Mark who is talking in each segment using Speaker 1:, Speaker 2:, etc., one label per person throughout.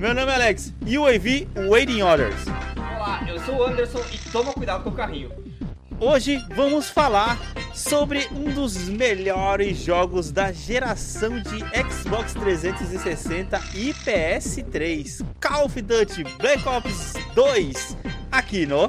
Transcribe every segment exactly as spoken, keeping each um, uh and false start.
Speaker 1: Meu nome é Alex e o A V Waiting Orders.
Speaker 2: Olá, eu sou o Anderson e toma cuidado com o carrinho.
Speaker 1: Hoje vamos falar sobre um dos melhores jogos da geração de Xbox trezentos e sessenta e P S três, Call of Duty Black Ops dois, aqui no...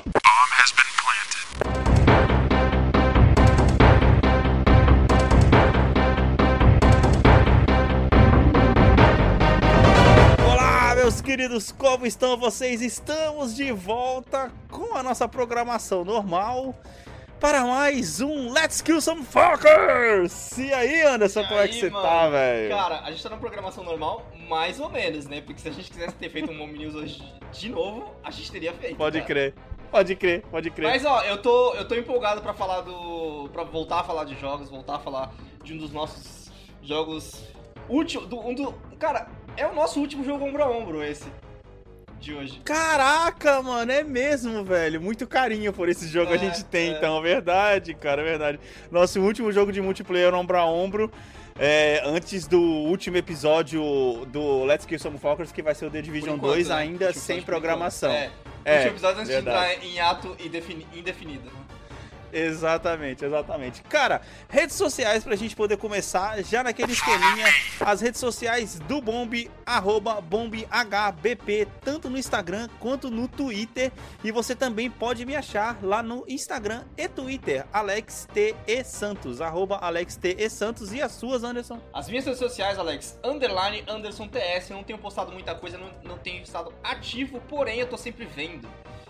Speaker 1: Meus queridos, como estão vocês? Estamos de volta com a nossa programação normal para mais um Let's Kill Some Fuckers! E aí, Anderson,
Speaker 2: e
Speaker 1: como
Speaker 2: aí,
Speaker 1: é que você
Speaker 2: mano?
Speaker 1: tá, velho?
Speaker 2: Cara, a gente tá na programação normal, mais ou menos, né? Porque se a gente quisesse ter feito um Mommy News hoje de novo, a gente teria feito.
Speaker 1: Pode
Speaker 2: cara.
Speaker 1: crer, pode crer, pode crer.
Speaker 2: Mas ó, eu tô, eu tô empolgado pra falar do... pra voltar a falar de jogos, voltar a falar de um dos nossos jogos últimos, do, um do... Cara... É o nosso último jogo ombro a ombro, esse, de hoje.
Speaker 1: Caraca, mano, é mesmo, velho. Muito carinho por esse jogo
Speaker 2: é,
Speaker 1: a gente tem,
Speaker 2: é.
Speaker 1: então, verdade, cara, verdade. Nosso último jogo de multiplayer ombro a ombro, é, antes do último episódio do Let's Kill Some Fuckers, que vai ser o The Division
Speaker 2: enquanto,
Speaker 1: dois,
Speaker 2: né?
Speaker 1: ainda sem programação.
Speaker 2: É,
Speaker 1: é,
Speaker 2: o último episódio antes
Speaker 1: verdade.
Speaker 2: de entrar em ato indefinido.
Speaker 1: Exatamente, exatamente. Cara, redes sociais pra gente poder começar já naquele esqueminha. As redes sociais do Bomb, arroba BombHBP, tanto no Instagram quanto no Twitter. E você também pode me achar lá no Instagram e Twitter, Alex T E Santos, arroba Alex T E Santos. E as suas, Anderson?
Speaker 2: As minhas redes sociais, Alex, underline Anderson T S. Eu não tenho postado muita coisa, não, não tenho estado ativo, porém eu tô sempre vendo.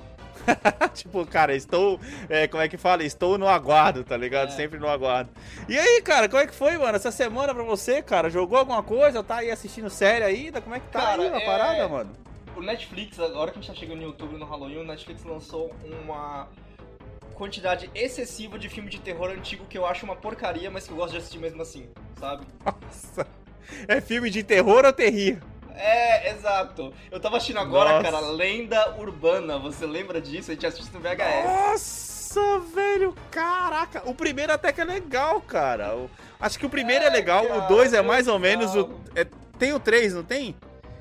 Speaker 1: Tipo, cara, estou, é, como é que fala? Estou no aguardo, tá ligado?
Speaker 2: É.
Speaker 1: Sempre no aguardo. E aí, cara, como é que foi, mano, essa semana pra você, cara? Jogou alguma coisa? Tá aí assistindo série ainda? Como é que tá
Speaker 2: Cara,
Speaker 1: aí a
Speaker 2: é...
Speaker 1: parada, mano?
Speaker 2: O Netflix, agora que a gente tá chegando no YouTube, no Halloween, o Netflix lançou uma quantidade excessiva de filme de terror antigo que eu acho uma porcaria, mas que eu gosto de assistir mesmo assim, sabe?
Speaker 1: Nossa, é filme de terror ou terrir?
Speaker 2: É, exato. Eu tava assistindo agora,
Speaker 1: Nossa.
Speaker 2: cara, Lenda Urbana. Você lembra disso? A gente assiste no V H S.
Speaker 1: Nossa, velho, caraca. O primeiro até que é legal, cara. O- Acho que o primeiro é,
Speaker 2: É,
Speaker 1: legal,
Speaker 2: cara,
Speaker 1: o dois é
Speaker 2: é
Speaker 1: mais ou menos o...
Speaker 2: legal.
Speaker 1: é- Tem o três, não tem?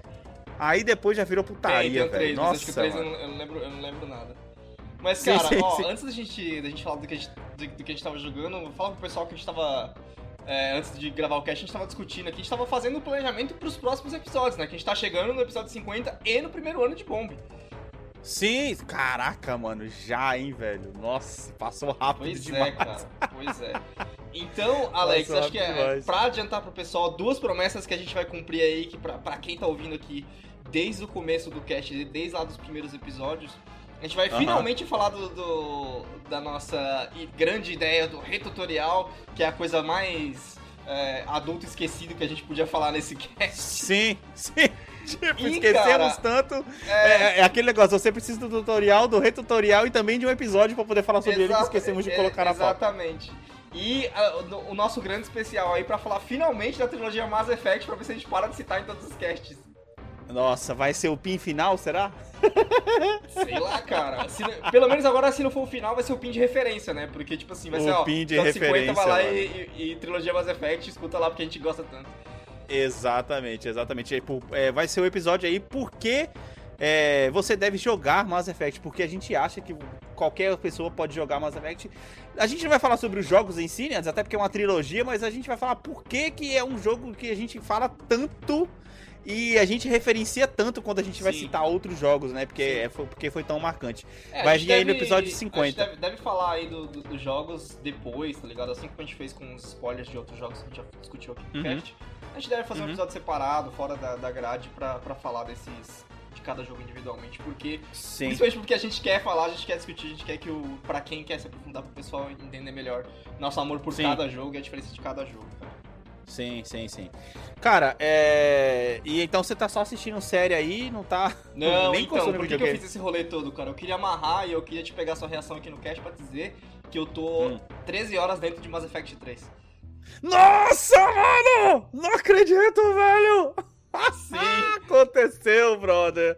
Speaker 1: Aí depois já virou
Speaker 2: Tem,
Speaker 1: putaria,
Speaker 2: tem o
Speaker 1: velho.
Speaker 2: três, mas
Speaker 1: Nossa,
Speaker 2: acho que o três eu
Speaker 1: mano.
Speaker 2: não, eu não lembro, eu não lembro nada. Mas,
Speaker 1: Sim,
Speaker 2: cara,
Speaker 1: sim,
Speaker 2: ó,
Speaker 1: sim.
Speaker 2: antes da gente, da gente falar do que a gente, do, do que a gente tava jogando, fala pro pessoal que a gente tava... É, antes de gravar o cast, a gente tava discutindo aqui, a gente tava fazendo o planejamento pros próximos episódios, né? Que a gente tá chegando no episódio cinquenta e no primeiro ano de Bomb.
Speaker 1: Sim, caraca, mano, já, hein, velho. Nossa, passou rápido
Speaker 2: Pois
Speaker 1: demais.
Speaker 2: é, cara. Pois é. Então, Alex,
Speaker 1: Nossa,
Speaker 2: acho que é,
Speaker 1: demais.
Speaker 2: pra adiantar pro pessoal, duas promessas que a gente vai cumprir aí, que pra, pra quem tá ouvindo aqui desde o começo do cast, desde lá dos primeiros episódios, a gente vai
Speaker 1: Aham.
Speaker 2: finalmente falar do, do- da nossa i- grande ideia do retutorial, que é a coisa mais é, adulto esquecido que a gente podia falar nesse cast.
Speaker 1: Sim, sim. Tipo,
Speaker 2: Ih,
Speaker 1: esquecemos
Speaker 2: cara,
Speaker 1: tanto.
Speaker 2: É,
Speaker 1: É, é aquele negócio, você precisa do tutorial, do retutorial e também de um episódio pra poder falar sobre ele que
Speaker 2: exata-
Speaker 1: esquecemos de
Speaker 2: é,
Speaker 1: colocar na foto.
Speaker 2: Exatamente. E ah, o, o nosso grande especial aí pra falar finalmente da trilogia Mass Effect, pra ver se a gente para de citar em todos os casts.
Speaker 1: Nossa, vai ser o pin final, será?
Speaker 2: Sei lá, cara. Se- pelo menos agora, se não for o final, vai ser o pin de referência, né? Porque, tipo assim, vai
Speaker 1: O
Speaker 2: ser, ó,
Speaker 1: pin de
Speaker 2: episódio cinquenta,
Speaker 1: referência,
Speaker 2: vai lá
Speaker 1: mano.
Speaker 2: e, e, e trilogia Mass Effect, escuta lá porque a gente gosta tanto.
Speaker 1: Exatamente, exatamente. É, por- é, vai ser o episódio aí porque é, você deve jogar Mass Effect, porque a gente acha que qualquer pessoa pode jogar Mass Effect. A gente não vai falar sobre os jogos em si, né? Até porque é uma trilogia, mas a gente vai falar por que, que é um jogo que a gente fala tanto e a gente referencia tanto quando a gente vai
Speaker 2: Sim.
Speaker 1: citar outros jogos, né? Porque,
Speaker 2: Sim.
Speaker 1: é, foi, porque foi tão marcante.
Speaker 2: É, a
Speaker 1: Vai
Speaker 2: gente
Speaker 1: vir aí no
Speaker 2: deve-
Speaker 1: episódio
Speaker 2: A gente
Speaker 1: cinquenta.
Speaker 2: deve, deve falar aí do- do- dos jogos depois, tá ligado? Assim como a gente fez com os spoilers de outros jogos que a gente já discutiu aqui no
Speaker 1: Uhum.
Speaker 2: cast. A gente deve fazer um
Speaker 1: Uhum.
Speaker 2: episódio separado, fora da, da grade, pra, pra falar desses... de cada jogo individualmente, porque...
Speaker 1: Sim.
Speaker 2: Principalmente porque a gente quer falar, a gente quer discutir, a gente quer que o... Pra quem quer se aprofundar, pro pessoal entender melhor nosso amor por
Speaker 1: Sim.
Speaker 2: cada jogo e a diferença de cada jogo, cara.
Speaker 1: Sim, sim, sim. Cara, é. E então você tá só assistindo série aí, não tá.
Speaker 2: Não,
Speaker 1: nem
Speaker 2: então,
Speaker 1: encostou no
Speaker 2: por que, que eu
Speaker 1: videogame.
Speaker 2: fiz esse rolê todo, cara? Eu queria amarrar e eu queria te pegar sua reação aqui no cast pra dizer que eu tô
Speaker 1: Hum.
Speaker 2: treze horas dentro de Mass Effect três.
Speaker 1: Nossa, mano! Não acredito, velho!
Speaker 2: Sim.
Speaker 1: Aconteceu, brother!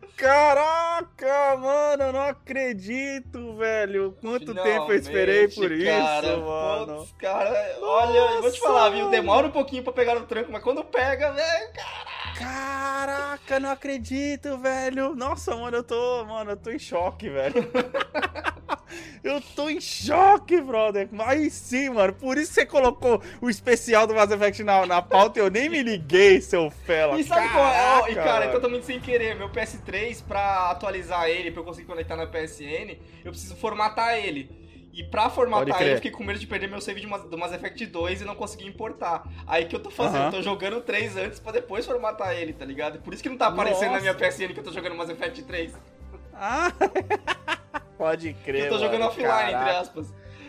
Speaker 1: Caraca, mano, eu não acredito, velho! Quanto tempo eu esperei por
Speaker 2: Finalmente,
Speaker 1: isso,
Speaker 2: cara,
Speaker 1: mano!
Speaker 2: Putz, cara, olha, eu vou te
Speaker 1: Nossa,
Speaker 2: falar, viu?
Speaker 1: mano.
Speaker 2: Demora um pouquinho pra pegar no tranco, mas quando pega, velho, cara.
Speaker 1: Caraca, não acredito, velho. Nossa, mano, eu tô, mano, eu tô em choque, velho. Eu tô em choque, brother. Mas sim, mano, por isso que você colocou o especial do Mass Effect na, na pauta e eu nem me liguei, seu fela.
Speaker 2: E sabe qual é? Ó, E cara, é
Speaker 1: mano.
Speaker 2: totalmente sem querer. Meu P S três, pra atualizar ele, pra eu conseguir conectar na P S N, eu preciso formatar ele. E pra
Speaker 1: Pode
Speaker 2: formatar
Speaker 1: crer.
Speaker 2: ele, eu fiquei com medo de perder meu save de Mass- do Mass Effect dois e não conseguir importar. Aí que eu tô fazendo,
Speaker 1: Aham.
Speaker 2: eu tô jogando o três antes pra depois formatar ele, tá ligado? Por isso que não tá aparecendo
Speaker 1: Nossa.
Speaker 2: na minha P S N que eu tô jogando Mass Effect três.
Speaker 1: Ah, pode
Speaker 2: Que
Speaker 1: crer,
Speaker 2: eu tô jogando
Speaker 1: mano,
Speaker 2: offline,
Speaker 1: caraca.
Speaker 2: entre aspas.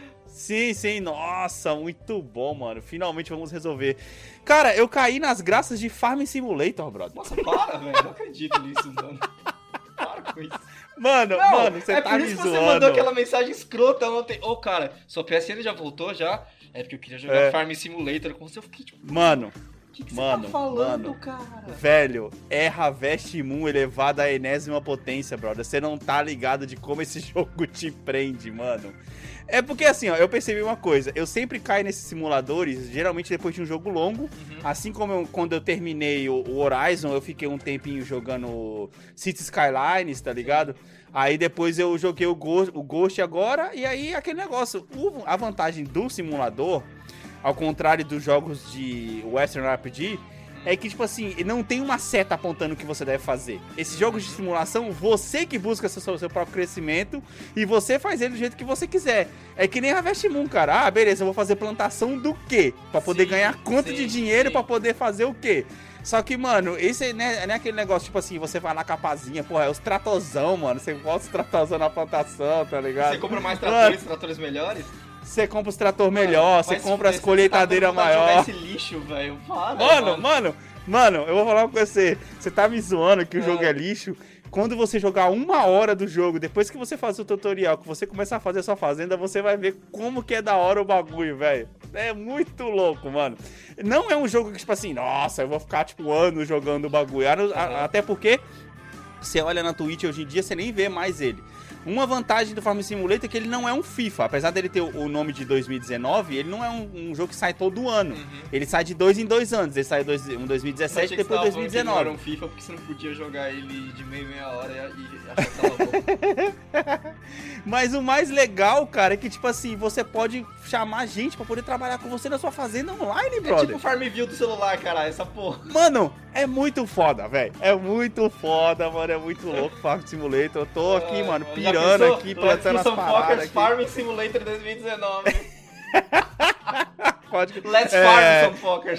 Speaker 1: Sim, sim, nossa, muito bom, mano. Finalmente vamos resolver. Cara, eu caí nas graças de Farming Simulator, brother.
Speaker 2: Nossa, para, velho. Não acredito nisso, mano. Para com isso.
Speaker 1: Mano,
Speaker 2: Não,
Speaker 1: mano, você
Speaker 2: é
Speaker 1: tá
Speaker 2: por
Speaker 1: me
Speaker 2: isso que você
Speaker 1: zoando.
Speaker 2: mandou aquela mensagem escrota ontem. Ô, cara, sua P S N já voltou já? É porque eu queria jogar
Speaker 1: É.
Speaker 2: Farm Simulator com você. Eu fiquei tipo,
Speaker 1: Mano,
Speaker 2: o que, que
Speaker 1: mano,
Speaker 2: você tá falando,
Speaker 1: mano.
Speaker 2: cara?
Speaker 1: velho, é Harvest Moon elevado à enésima potência, brother. Você não tá ligado de como esse jogo te prende, mano. É porque assim, ó, eu percebi uma coisa. Eu sempre caio nesses simuladores, geralmente depois de um jogo longo.
Speaker 2: Uhum.
Speaker 1: Assim como eu- quando eu terminei o, o Horizon, eu fiquei um tempinho jogando City Skylines, tá ligado? Aí depois eu joguei o Ghost, o Ghost agora, e aí aquele negócio. O- a vantagem do simulador, ao contrário dos jogos de Western R P G, é que, tipo assim, não tem uma seta apontando o que você deve fazer. Esses jogos de simulação, você que busca seu, seu próprio crescimento e você faz ele do jeito que você quiser. É que nem Harvest Moon, cara. Ah, beleza, eu vou fazer plantação do quê? Pra poder
Speaker 2: Sim,
Speaker 1: ganhar quanto
Speaker 2: sim,
Speaker 1: de dinheiro
Speaker 2: sim.
Speaker 1: pra poder fazer o quê? Só que, mano, esse né, não é aquele negócio, tipo assim, você vai lá com a pazinha, porra, é os tratozão, mano. Você bota os tratozão na plantação, tá ligado?
Speaker 2: Você compra mais
Speaker 1: Mano,
Speaker 2: tratores, tratores melhores?
Speaker 1: Você compra os trator melhor, você
Speaker 2: Vai se
Speaker 1: compra as
Speaker 2: fuder,
Speaker 1: colheitadeiras
Speaker 2: você tá com vontade de
Speaker 1: maior.
Speaker 2: jogar esse lixo, velho. Para,
Speaker 1: Mano, mano, mano, eu vou falar com você. Você tá me zoando que o
Speaker 2: É.
Speaker 1: jogo é lixo. Quando você jogar uma hora do jogo, depois que você faz o tutorial, que você começar a fazer a sua fazenda, você vai ver como que é da hora o bagulho, velho. É muito louco, mano. Não é um jogo que, tipo assim, nossa, eu vou ficar, tipo, anos jogando o bagulho. A- a-
Speaker 2: Uhum.
Speaker 1: Até porque, você olha na Twitch hoje em dia, você nem vê mais ele. Uma vantagem do Farming Simulator é que ele não é um FIFA. Apesar dele ter o o nome de dois mil e dezenove, ele não é um, um jogo que sai todo ano.
Speaker 2: Uhum.
Speaker 1: Ele sai de dois em dois anos. Ele sai dois, um dois mil e dezessete e depois dois mil e
Speaker 2: Não
Speaker 1: dezenove.
Speaker 2: era um FIFA porque você não podia jogar ele de meia meia hora e achar que tava bom.
Speaker 1: Mas o mais legal, cara, é que, tipo assim, você pode chamar gente pra poder trabalhar com você na sua fazenda online,
Speaker 2: É
Speaker 1: brother.
Speaker 2: tipo Farmville do celular, caralho, essa porra.
Speaker 1: Mano, é muito foda, velho. É muito foda, mano. É muito louco o Farm Simulator. Eu tô aqui,
Speaker 2: Ah,
Speaker 1: mano,
Speaker 2: já
Speaker 1: pirando
Speaker 2: pensou?
Speaker 1: aqui,
Speaker 2: Let's
Speaker 1: plantando
Speaker 2: do
Speaker 1: as
Speaker 2: some
Speaker 1: paradas
Speaker 2: fuckers
Speaker 1: aqui.
Speaker 2: Farming Simulator dois mil e dezenove.
Speaker 1: Pode...
Speaker 2: Let's
Speaker 1: É.
Speaker 2: farm some fuckers.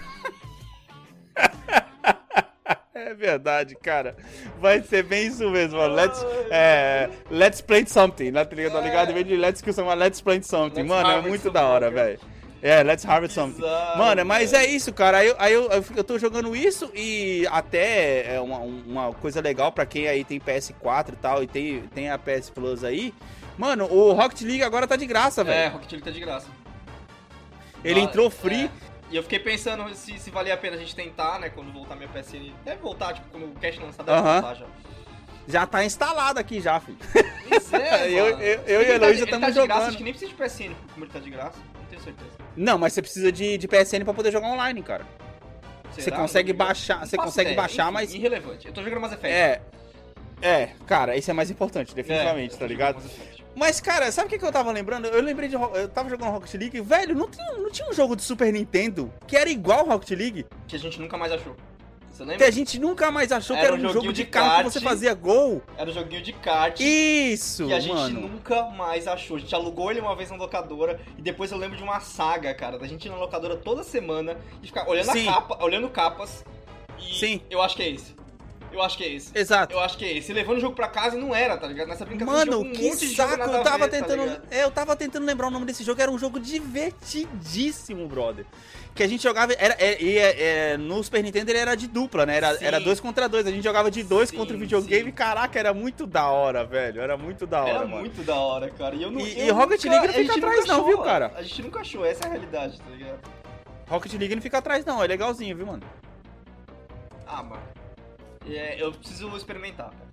Speaker 1: É verdade, cara. Vai ser bem isso mesmo, mano. Let's, é, let's plant something, tá ligado? Tá ligado? Em vez de let's kill something, let's plant something.
Speaker 2: Let's
Speaker 1: Mano, é
Speaker 2: harvest
Speaker 1: muito
Speaker 2: some
Speaker 1: da hora,
Speaker 2: fuckers.
Speaker 1: velho. É, let's harvest something.
Speaker 2: Bizarro,
Speaker 1: Mano, mas
Speaker 2: velho.
Speaker 1: é isso, cara. Aí, eu, aí eu, eu, fico- eu tô jogando isso e até é uma, uma coisa legal pra quem aí tem P S quatro e tal e tem, tem a P S Plus aí. Mano, o Rocket League agora tá de graça,
Speaker 2: É,
Speaker 1: velho.
Speaker 2: Rocket League tá de graça.
Speaker 1: Ele
Speaker 2: Ah,
Speaker 1: entrou free.
Speaker 2: é. E eu fiquei pensando se, se valia a pena a gente tentar, né, quando voltar minha P S N. Deve voltar, tipo, quando o cash lançar, deve
Speaker 1: Aham.
Speaker 2: voltar já.
Speaker 1: Já tá instalado aqui já, filho.
Speaker 2: Isso é,
Speaker 1: Eu-
Speaker 2: mano.
Speaker 1: eu- eu
Speaker 2: Ele
Speaker 1: e a
Speaker 2: tá-
Speaker 1: Heloísa
Speaker 2: ele
Speaker 1: tamo
Speaker 2: tá de graça,
Speaker 1: jogando.
Speaker 2: acho que nem precisa de P S N, como ele tá de graça. Não tenho certeza.
Speaker 1: Não, mas você precisa de, de P S N pra poder jogar online, cara. Você
Speaker 2: Será?
Speaker 1: consegue
Speaker 2: Não tô ligado.
Speaker 1: baixar-
Speaker 2: Não
Speaker 1: você
Speaker 2: faço
Speaker 1: consegue
Speaker 2: ideia.
Speaker 1: baixar,
Speaker 2: Enfim,
Speaker 1: mas-
Speaker 2: irrelevante. Eu tô jogando Mass Effect.
Speaker 1: É. É, cara, isso é mais importante,
Speaker 2: É,
Speaker 1: definitivamente,
Speaker 2: eu
Speaker 1: tá
Speaker 2: tô
Speaker 1: ligado?
Speaker 2: jogando Mass Effect.
Speaker 1: Mas, cara, sabe o que, que eu tava lembrando? Eu lembrei de. Ro- Eu tava jogando Rocket League. Velho, não tinha, não tinha um jogo de Super Nintendo que era igual ao Rocket League?
Speaker 2: Que a gente nunca mais achou. Você
Speaker 1: Que
Speaker 2: lembra?
Speaker 1: a gente nunca mais achou que
Speaker 2: Era
Speaker 1: era
Speaker 2: um
Speaker 1: um jogo
Speaker 2: joguinho
Speaker 1: de
Speaker 2: de
Speaker 1: carro que
Speaker 2: kart.
Speaker 1: você fazia gol.
Speaker 2: Era um joguinho de kart.
Speaker 1: Isso,
Speaker 2: Que a gente
Speaker 1: mano.
Speaker 2: nunca mais achou. A gente alugou ele uma vez na locadora e depois eu lembro de uma saga, cara, da gente ir na locadora toda semana e ficar olhando
Speaker 1: Sim.
Speaker 2: a capa, olhando capas e
Speaker 1: Sim.
Speaker 2: eu acho que é esse. Eu acho que é esse.
Speaker 1: Exato.
Speaker 2: Eu acho que é esse. E levando o jogo pra casa e não era, tá ligado? Nessa brincadeira
Speaker 1: Mano,
Speaker 2: jogo, um
Speaker 1: que
Speaker 2: monte de jogo
Speaker 1: saco,
Speaker 2: nada
Speaker 1: eu
Speaker 2: a
Speaker 1: tava
Speaker 2: ver, tá
Speaker 1: tentando.
Speaker 2: ligado?
Speaker 1: é, eu tava tentando lembrar o nome desse jogo, era um jogo divertidíssimo, brother. Que a gente jogava. Era, é, e, é, é, no Super Nintendo ele era de dupla, né? Era,
Speaker 2: Sim.
Speaker 1: era dois contra dois. A gente jogava de dois
Speaker 2: Sim,
Speaker 1: contra o videogame.
Speaker 2: sim.
Speaker 1: Caraca, era muito da hora, velho. Era muito da hora,
Speaker 2: Era
Speaker 1: mano.
Speaker 2: muito da hora, cara. E, eu não,
Speaker 1: E-
Speaker 2: eu
Speaker 1: e Rocket
Speaker 2: nunca-
Speaker 1: League não
Speaker 2: a
Speaker 1: fica
Speaker 2: gente
Speaker 1: atrás
Speaker 2: nunca
Speaker 1: não, viu,
Speaker 2: achou,
Speaker 1: cara?
Speaker 2: A gente nunca achou, essa é a realidade, tá ligado?
Speaker 1: Rocket League não fica atrás, não. É legalzinho, viu, mano?
Speaker 2: Ah, mano. É, eu preciso experimentar, cara.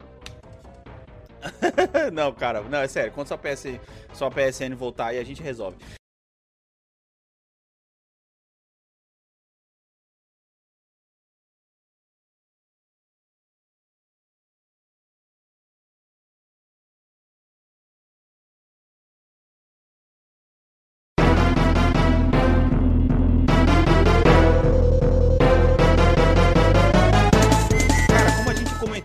Speaker 1: não, cara. Não, é sério. Quando sua P S, sua P S N voltar aí, a gente resolve.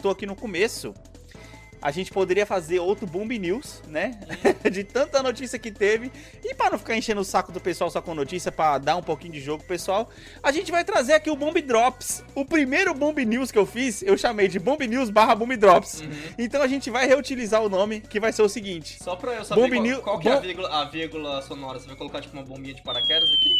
Speaker 1: comentou aqui no começo, a gente poderia fazer outro Bomb News, né? De tanta notícia que teve. E para não ficar enchendo o saco do pessoal só com notícia, para dar um pouquinho de jogo pro pessoal, a gente vai trazer aqui o Bomb Drops. O primeiro Bomb News que eu fiz, eu chamei de Bomb News barra Bomb Drops. Uhum. Então a gente vai reutilizar o nome, que vai ser o seguinte.
Speaker 2: Só pra eu saber
Speaker 1: Bomb
Speaker 2: qual,
Speaker 1: News,
Speaker 2: qual que é
Speaker 1: Bom...
Speaker 2: a, vírgula, a vírgula sonora. Você vai colocar tipo uma bombinha de paraquedas aqui?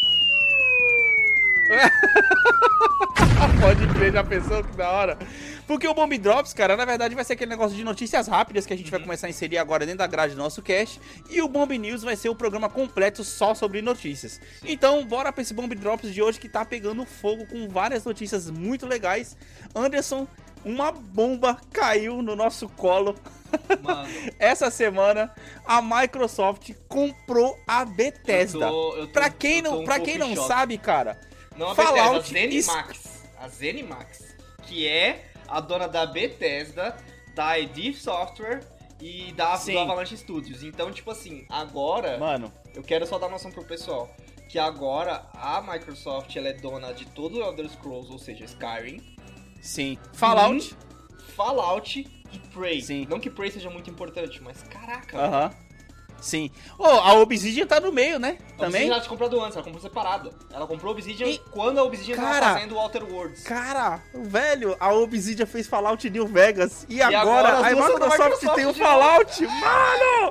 Speaker 1: Pode crer, já pensou que da hora? Porque o Bomb Drops, cara, na verdade vai ser aquele negócio de notícias rápidas que a gente uhum. vai começar a inserir agora dentro da grade do nosso cast. E o Bomb News vai ser o programa completo só sobre notícias. Sim. Então, bora pra esse Bomb Drops de hoje que tá pegando fogo com várias notícias muito legais. Anderson, uma bomba caiu no nosso colo. Mano. Essa semana a Microsoft comprou a Bethesda. Eu tô, eu tô, pra quem não, um pra quem não sabe, cara,
Speaker 2: não a
Speaker 1: Fallout
Speaker 2: Bethesda, a ZeniMax, a ZeniMax, que é a dona da Bethesda, da id Software e da do Avalanche Studios. Então, tipo assim, agora,
Speaker 1: mano,
Speaker 2: eu quero só dar noção pro pessoal que agora a Microsoft ela é dona de todo o Elder Scrolls, ou seja, Skyrim.
Speaker 1: Sim. Fallout,
Speaker 2: Fallout e Prey.
Speaker 1: Sim.
Speaker 2: Não que Prey seja muito importante, mas caraca.
Speaker 1: Aham. Uh-huh. Sim. Oh, a Obsidian tá no meio, né?
Speaker 2: A
Speaker 1: Também.
Speaker 2: Obsidian ela tinha comprado antes, ela comprou separada. Ela comprou a Obsidian
Speaker 1: e...
Speaker 2: quando a Obsidian cara, tava fazendo o Outer Worlds.
Speaker 1: Cara, velho, a Obsidian fez Fallout New Vegas. E,
Speaker 2: e
Speaker 1: agora,
Speaker 2: agora
Speaker 1: a Microsoft, Microsoft tem o Fallout, mano!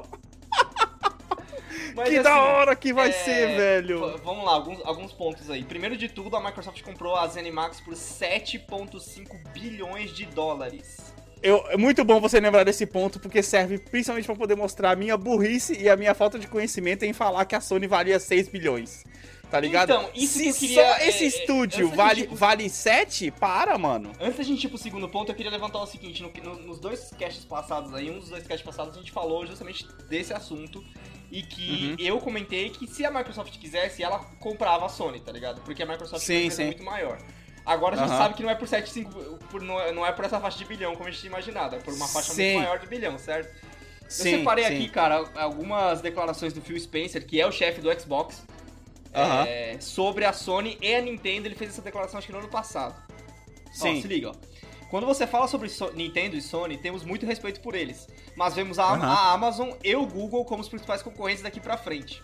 Speaker 1: Mas, que assim, da hora que vai é... ser, velho.
Speaker 2: Vamos lá, alguns, alguns pontos aí. Primeiro de tudo, a Microsoft comprou a ZeniMax por sete vírgula cinco bilhões de dólares.
Speaker 1: Eu, é muito bom você lembrar desse ponto, porque serve principalmente pra poder mostrar a minha burrice e a minha falta de conhecimento em falar que a Sony valia seis bilhões. Tá ligado?
Speaker 2: Então, isso
Speaker 1: Se
Speaker 2: que eu queria,
Speaker 1: só esse é, estúdio é, vale, gente... vale sete, para, mano.
Speaker 2: Antes da gente ir pro segundo ponto, eu queria levantar o seguinte. No, no, nos dois casts passados aí, um dos dois casts passados, a gente falou justamente desse assunto. E que uhum. eu comentei que se a Microsoft quisesse, ela comprava a Sony, tá ligado? Porque a Microsoft
Speaker 1: sim,
Speaker 2: é muito maior. Agora a gente
Speaker 1: uhum.
Speaker 2: sabe que não é por sete, cinco, por, não, é, não é por essa faixa de bilhão como a gente tinha imaginado, é por uma faixa
Speaker 1: sim.
Speaker 2: muito maior de bilhão, certo?
Speaker 1: Sim,
Speaker 2: eu separei
Speaker 1: sim.
Speaker 2: aqui, cara, algumas declarações do Phil Spencer, que é o chefe do Xbox,
Speaker 1: uhum.
Speaker 2: é, sobre a Sony e a Nintendo. Ele fez essa declaração acho que no ano passado.
Speaker 1: Sim.
Speaker 2: Ó, se liga, ó. Quando você fala sobre so- Nintendo e Sony, temos muito respeito por eles, mas vemos a, uhum. a Amazon e o Google como os principais concorrentes daqui pra frente.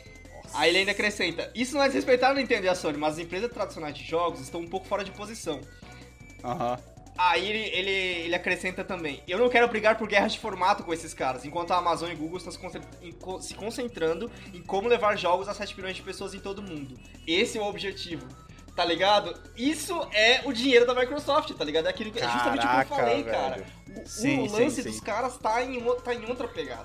Speaker 2: Aí ele ainda acrescenta, isso não é desrespeitar a Nintendo e a Sony, mas as empresas tradicionais de jogos estão um pouco fora de posição.
Speaker 1: Aham. Uhum.
Speaker 2: Aí ele, ele, ele acrescenta também, eu não quero brigar por guerras de formato com esses caras, enquanto a Amazon e Google estão se, concentra- em, se concentrando em como levar jogos a sete bilhões de pessoas em todo o mundo. Esse é o objetivo, tá ligado? Isso é o dinheiro da Microsoft, tá ligado? É, aquilo, que, é justamente o que eu falei, velho. Cara. O,
Speaker 1: sim,
Speaker 2: o lance
Speaker 1: sim,
Speaker 2: dos
Speaker 1: sim.
Speaker 2: caras tá em, tá em outra pegada.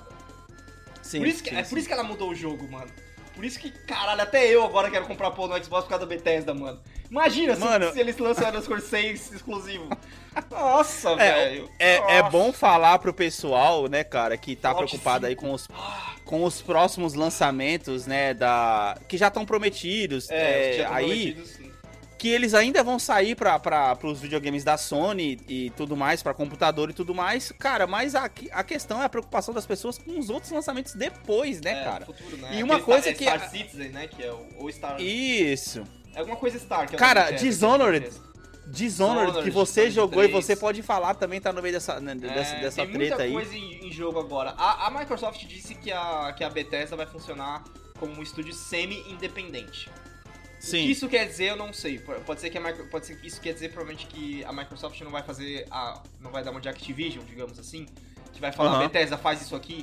Speaker 1: Sim,
Speaker 2: por isso que,
Speaker 1: sim,
Speaker 2: é
Speaker 1: sim.
Speaker 2: por isso que ela mudou o jogo, mano. Por isso que, caralho, até eu agora quero comprar pô no Xbox por causa da Bethesda, mano. Imagina
Speaker 1: mano,
Speaker 2: se, se eles lançam o Elder Scrolls seis exclusivo. Nossa,
Speaker 1: é,
Speaker 2: velho.
Speaker 1: É,
Speaker 2: Nossa.
Speaker 1: é bom falar pro pessoal, né, cara, que tá
Speaker 2: Fallout
Speaker 1: preocupado
Speaker 2: cinco.
Speaker 1: aí com os, com os próximos lançamentos, né, da, que já estão prometidos.
Speaker 2: É,
Speaker 1: é,
Speaker 2: já tão
Speaker 1: aí,
Speaker 2: prometidos, sim.
Speaker 1: Que eles ainda vão sair para os videogames da Sony e tudo mais, para computador e tudo mais. Cara, mas a, a questão é a preocupação das pessoas com os outros lançamentos depois, né,
Speaker 2: é,
Speaker 1: cara?
Speaker 2: Futuro, né?
Speaker 1: E uma
Speaker 2: Aquele
Speaker 1: coisa
Speaker 2: Star,
Speaker 1: que...
Speaker 2: É Star Citizen, né? Que é o, o Star...
Speaker 1: Isso.
Speaker 2: É alguma coisa Star. Que é
Speaker 1: cara,
Speaker 2: Bethesda,
Speaker 1: Dishonored...
Speaker 2: que é
Speaker 1: Dishonored, que você jogou e você pode falar também, tá no meio dessa, né, dessa,
Speaker 2: é,
Speaker 1: dessa
Speaker 2: tem
Speaker 1: treta aí.
Speaker 2: Tem muita coisa em, em jogo agora. A, a Microsoft disse que a, que a Bethesda vai funcionar como um estúdio semi-independente.
Speaker 1: Sim.
Speaker 2: O que isso quer dizer, eu não sei. Pode ser que a Micro, pode ser que isso quer dizer provavelmente que a Microsoft não vai fazer a, não vai dar uma de Activision, digamos assim, que vai falar,
Speaker 1: uhum.
Speaker 2: Bethesda, faz isso aqui.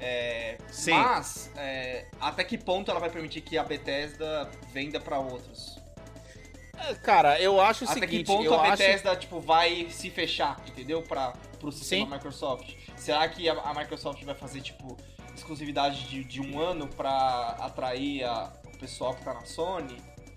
Speaker 2: É,
Speaker 1: Sim.
Speaker 2: Mas é, até que ponto ela vai permitir que a Bethesda venda pra outros?
Speaker 1: Cara, eu acho o
Speaker 2: até
Speaker 1: seguinte...
Speaker 2: Até que ponto
Speaker 1: eu
Speaker 2: a Bethesda
Speaker 1: acho...
Speaker 2: tipo, vai se fechar, entendeu? Pra, pro sistema
Speaker 1: Sim.
Speaker 2: Microsoft. Será que a, a Microsoft vai fazer tipo exclusividade de, de um ano pra atrair a, o pessoal que tá na Sony?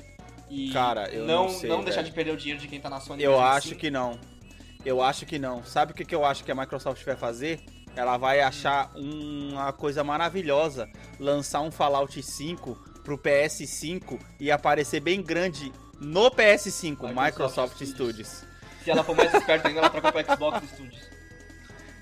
Speaker 2: E
Speaker 1: Cara, eu
Speaker 2: não,
Speaker 1: não sei,
Speaker 2: não deixar
Speaker 1: velho.
Speaker 2: de perder o dinheiro de quem tá na Sony.
Speaker 1: Eu acho
Speaker 2: assim?
Speaker 1: que não. Eu acho que não. Sabe o que, que eu acho que a Microsoft vai fazer? Ela vai achar uma coisa maravilhosa, lançar um Fallout cinco pro P S cinco e aparecer bem grande no P S cinco, Microsoft, Microsoft Studios.
Speaker 2: Studios. Se ela for mais esperta ainda, ela troca pro Xbox Studios.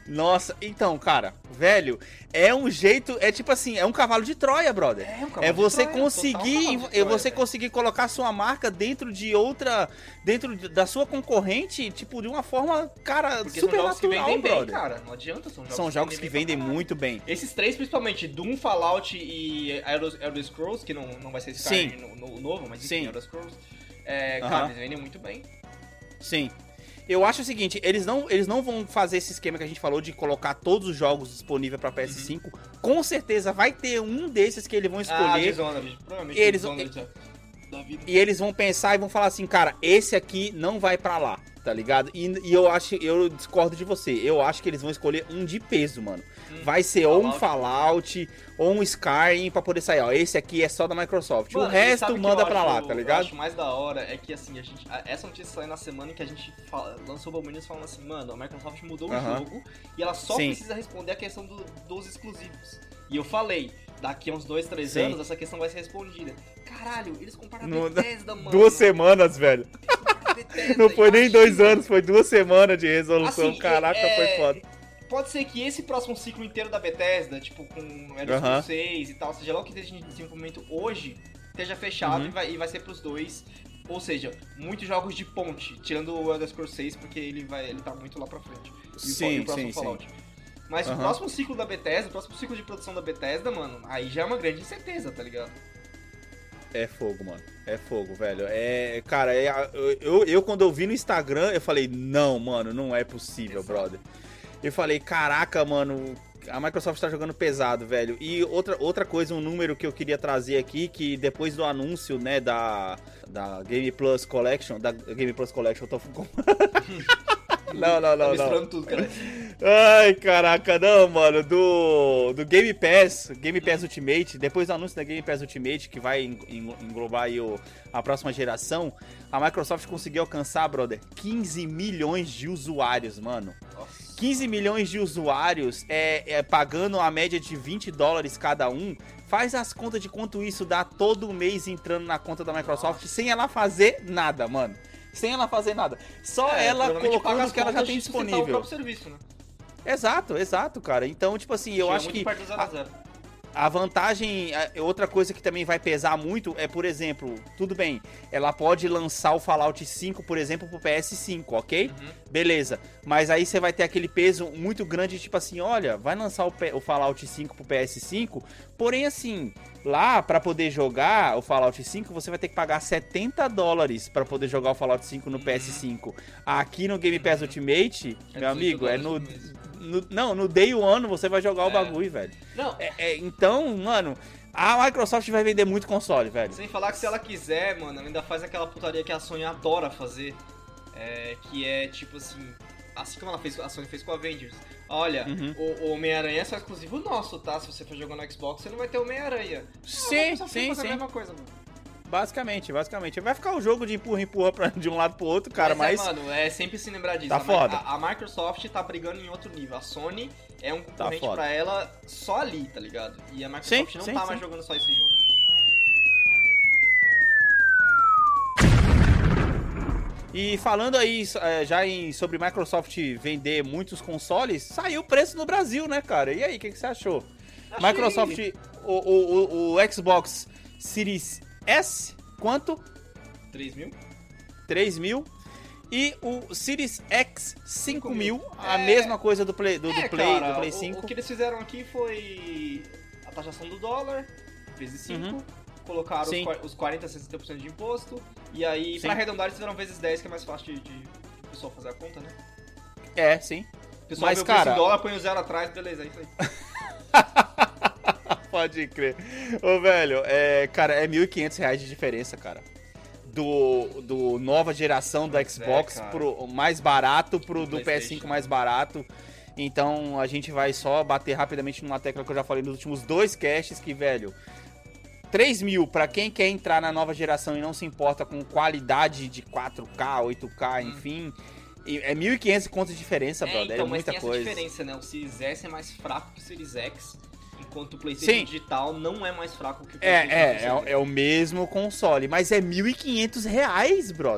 Speaker 1: Nossa, então, cara, velho, é um jeito, é tipo assim, é um cavalo de Troia, brother.
Speaker 2: É, um cavalo
Speaker 1: É você
Speaker 2: de Troia,
Speaker 1: conseguir,
Speaker 2: total cavalo de
Speaker 1: é
Speaker 2: Troia,
Speaker 1: você
Speaker 2: velho.
Speaker 1: conseguir colocar sua marca dentro de outra, dentro de- da sua concorrente, tipo, de uma forma, cara,
Speaker 2: Porque
Speaker 1: super
Speaker 2: são jogos que
Speaker 1: natural,
Speaker 2: vendem bem,
Speaker 1: brother.
Speaker 2: cara. Não adianta, são jogos
Speaker 1: São jogos que
Speaker 2: bem
Speaker 1: vendem
Speaker 2: pra caralho.
Speaker 1: muito bem.
Speaker 2: Esses três, principalmente, Doom, Fallout e Elder Elder Scrolls, que não, não vai ser Skyrim
Speaker 1: Sim.
Speaker 2: no, no novo, mas enfim,
Speaker 1: Sim.
Speaker 2: Elder Scrolls, é,
Speaker 1: Aham.
Speaker 2: cara, eles vendem muito bem.
Speaker 1: Sim. Eu acho o seguinte, eles não, eles não vão fazer esse esquema que a gente falou de colocar todos os jogos disponíveis pra P S cinco.
Speaker 2: Uhum.
Speaker 1: Com certeza vai ter um desses que eles vão
Speaker 2: Ah,
Speaker 1: escolher.
Speaker 2: Dishonored, provavelmente
Speaker 1: Eles-
Speaker 2: Dishonored da- da vida.
Speaker 1: E eles vão pensar e vão falar assim, cara, esse aqui não vai pra lá, tá ligado? E, e eu acho, eu discordo de você. Eu acho que eles vão escolher um de peso, mano.
Speaker 2: Hum,
Speaker 1: Vai ser ou um
Speaker 2: Fallout.
Speaker 1: Fallout ou um Skyrim pra poder sair, ó. Esse aqui é só da Microsoft.
Speaker 2: Mano,
Speaker 1: o
Speaker 2: e
Speaker 1: resto
Speaker 2: sabe o que
Speaker 1: manda
Speaker 2: eu
Speaker 1: pra
Speaker 2: acho-
Speaker 1: lá, tá
Speaker 2: Eu
Speaker 1: ligado?
Speaker 2: acho mais da hora é que, assim, a gente, a- essa notícia saiu na semana em que a gente fala, lançou o Bombinis falando assim, mano, a Microsoft mudou
Speaker 1: Aham.
Speaker 2: o jogo e ela só
Speaker 1: Sim.
Speaker 2: precisa responder a questão do- dos exclusivos. E eu falei, daqui a uns dois, três
Speaker 1: Sim.
Speaker 2: anos essa questão vai ser respondida. Caralho, eles compraram
Speaker 1: No-
Speaker 2: a Bethesda, mano.
Speaker 1: Duas semanas, velho.
Speaker 2: Eles compraram a Bethesda,
Speaker 1: Não foi nem
Speaker 2: imagina.
Speaker 1: dois anos, foi duas semanas de resolução.
Speaker 2: Assim,
Speaker 1: Caraca,
Speaker 2: é-
Speaker 1: foi foda.
Speaker 2: Pode ser que esse próximo ciclo inteiro da Bethesda, tipo, com Elder
Speaker 1: Aham.
Speaker 2: Scrolls seis e tal, seja lá o que esteja em desenvolvimento hoje, esteja fechado
Speaker 1: Uhum.
Speaker 2: e, vai, e vai ser pros dois. Ou seja, muitos jogos de ponte, tirando o Elder Scrolls seis, porque ele, vai, ele tá muito lá pra frente. E o,
Speaker 1: Sim,
Speaker 2: e o próximo
Speaker 1: sim,
Speaker 2: Fallout. Mas o
Speaker 1: Aham.
Speaker 2: próximo ciclo da Bethesda, o próximo ciclo de produção da Bethesda, mano, aí já é uma grande incerteza, tá ligado?
Speaker 1: É fogo, mano. É fogo, velho. É, cara, é, eu, eu, eu quando eu vi no Instagram, eu falei, não, mano, não é possível,
Speaker 2: Exato.
Speaker 1: brother. Eu falei, caraca, mano, a Microsoft tá jogando pesado, velho. E outra, outra coisa, um número que eu queria trazer aqui, que depois do anúncio, né, da, da Game Plus Collection, da Game Plus Collection, eu tô... Não, não,
Speaker 2: Tá
Speaker 1: não, não.
Speaker 2: misturando tudo, cara.
Speaker 1: Ai, caraca, não, mano, do, do Game Pass, Game Pass Ultimate, depois do anúncio da Game Pass Ultimate, que vai en- en- englobar aí o, a próxima geração, a Microsoft conseguiu alcançar, brother, quinze milhões de usuários, mano.
Speaker 2: Nossa.
Speaker 1: quinze milhões de usuários, é, é, pagando a média de vinte dólares cada um, faz as contas de quanto isso dá todo mês entrando na conta da Microsoft sem ela fazer nada, mano. Sem ela fazer nada. Só
Speaker 2: É,
Speaker 1: ela
Speaker 2: provavelmente paga
Speaker 1: colocando
Speaker 2: as
Speaker 1: o que ela já
Speaker 2: contas
Speaker 1: tem
Speaker 2: de sustentar
Speaker 1: disponível.
Speaker 2: o próprio serviço, né?
Speaker 1: Exato, exato, cara. Então, tipo assim, eu
Speaker 2: Chega
Speaker 1: acho
Speaker 2: muito
Speaker 1: que
Speaker 2: perto do zero a zero.
Speaker 1: a vantagem, a- outra coisa que também vai pesar muito é, por exemplo, tudo bem, ela pode lançar o Fallout cinco, por exemplo, pro P S cinco, ok?
Speaker 2: Uhum.
Speaker 1: Beleza. Mas aí você vai ter aquele peso muito grande, tipo assim, olha, vai lançar o, P- o Fallout cinco pro P S cinco, porém assim, lá pra poder jogar o Fallout cinco, você vai ter que pagar setenta dólares pra poder jogar o Fallout cinco no P S cinco. Aqui no Game Pass Ultimate,
Speaker 2: É
Speaker 1: meu amigo, é no,
Speaker 2: dezoito dólares por mês.
Speaker 1: no- não, no day one você vai jogar o
Speaker 2: É.
Speaker 1: bagulho, velho.
Speaker 2: Não,
Speaker 1: É, é, então, mano, a Microsoft vai vender muito console, velho.
Speaker 2: sem falar que se ela quiser, mano, ela ainda faz aquela putaria que a Sony adora fazer. É, que é tipo assim. Assim como ela fez, a Sony fez com a Avengers. Olha,
Speaker 1: Uhum.
Speaker 2: o, o Homem-Aranha é só exclusivo nosso, tá? Se você for jogar no Xbox, você não vai ter Homem-Aranha.
Speaker 1: Sim,
Speaker 2: Só
Speaker 1: sim,
Speaker 2: fazer a
Speaker 1: sim.
Speaker 2: mesma coisa, mano.
Speaker 1: Basicamente, basicamente. Vai ficar o jogo de empurra-empurra pra- de um lado pro outro, cara, mas...
Speaker 2: é, mano, é sempre se lembrar disso.
Speaker 1: Tá
Speaker 2: a, Mi-
Speaker 1: foda.
Speaker 2: A, a Microsoft tá brigando em outro nível. A Sony é um concorrente
Speaker 1: foda.
Speaker 2: pra ela só ali, tá ligado? E a Microsoft
Speaker 1: Sim,
Speaker 2: não
Speaker 1: sim,
Speaker 2: tá
Speaker 1: sim.
Speaker 2: mais jogando só esse jogo.
Speaker 1: E falando aí é, já em, sobre Microsoft vender muitos consoles, saiu o preço no Brasil, né, cara? E aí, o que, que você achou?
Speaker 2: Achei-
Speaker 1: Microsoft, o, o, o, o Xbox Series S, quanto?
Speaker 2: três mil?
Speaker 1: três mil. E o Series X, cinco mil. A
Speaker 2: É.
Speaker 1: mesma coisa do Play, do, do
Speaker 2: É,
Speaker 1: Play,
Speaker 2: cara,
Speaker 1: do Play
Speaker 2: o-
Speaker 1: cinco.
Speaker 2: O, que eles fizeram aqui foi a taxação do dólar, vezes cinco, colocaram os,
Speaker 1: Sim.
Speaker 2: qua- os quarenta, sessenta por cento de imposto, e aí,
Speaker 1: Sim.
Speaker 2: pra arredondar, eles fizeram vezes dez, que é mais fácil de, de o pessoal fazer a conta, né?
Speaker 1: É, sim.
Speaker 2: O pessoal
Speaker 1: Mas,
Speaker 2: vê o preço
Speaker 1: cara-
Speaker 2: em dólar, põe o zero atrás, beleza, é isso aí.
Speaker 1: Pode crer. Ô, velho, é, cara, é mil e quinhentos reais de diferença, cara. Do, do nova geração do
Speaker 2: Pois é,
Speaker 1: Xbox
Speaker 2: cara.
Speaker 1: pro mais barato pro do P S
Speaker 2: PlayStation.
Speaker 1: cinco mais barato. Então a gente vai só bater rapidamente numa tecla que eu já falei nos últimos dois casts, que, velho, três mil pra quem quer entrar na nova geração e não se importa com qualidade de quatro K, oito K, enfim, e é mil e quinhentos contos de diferença,
Speaker 2: É,
Speaker 1: brother,
Speaker 2: então,
Speaker 1: é
Speaker 2: mas
Speaker 1: muita
Speaker 2: tem
Speaker 1: coisa.
Speaker 2: essa diferença, né? O Series S é mais fraco que o Series X, enquanto o PlayStation
Speaker 1: Sim.
Speaker 2: Digital não é mais fraco que o PlayStation
Speaker 1: É, é,
Speaker 2: Digital.
Speaker 1: é, é o mesmo console, mas é mil e quinhentos reais, brother.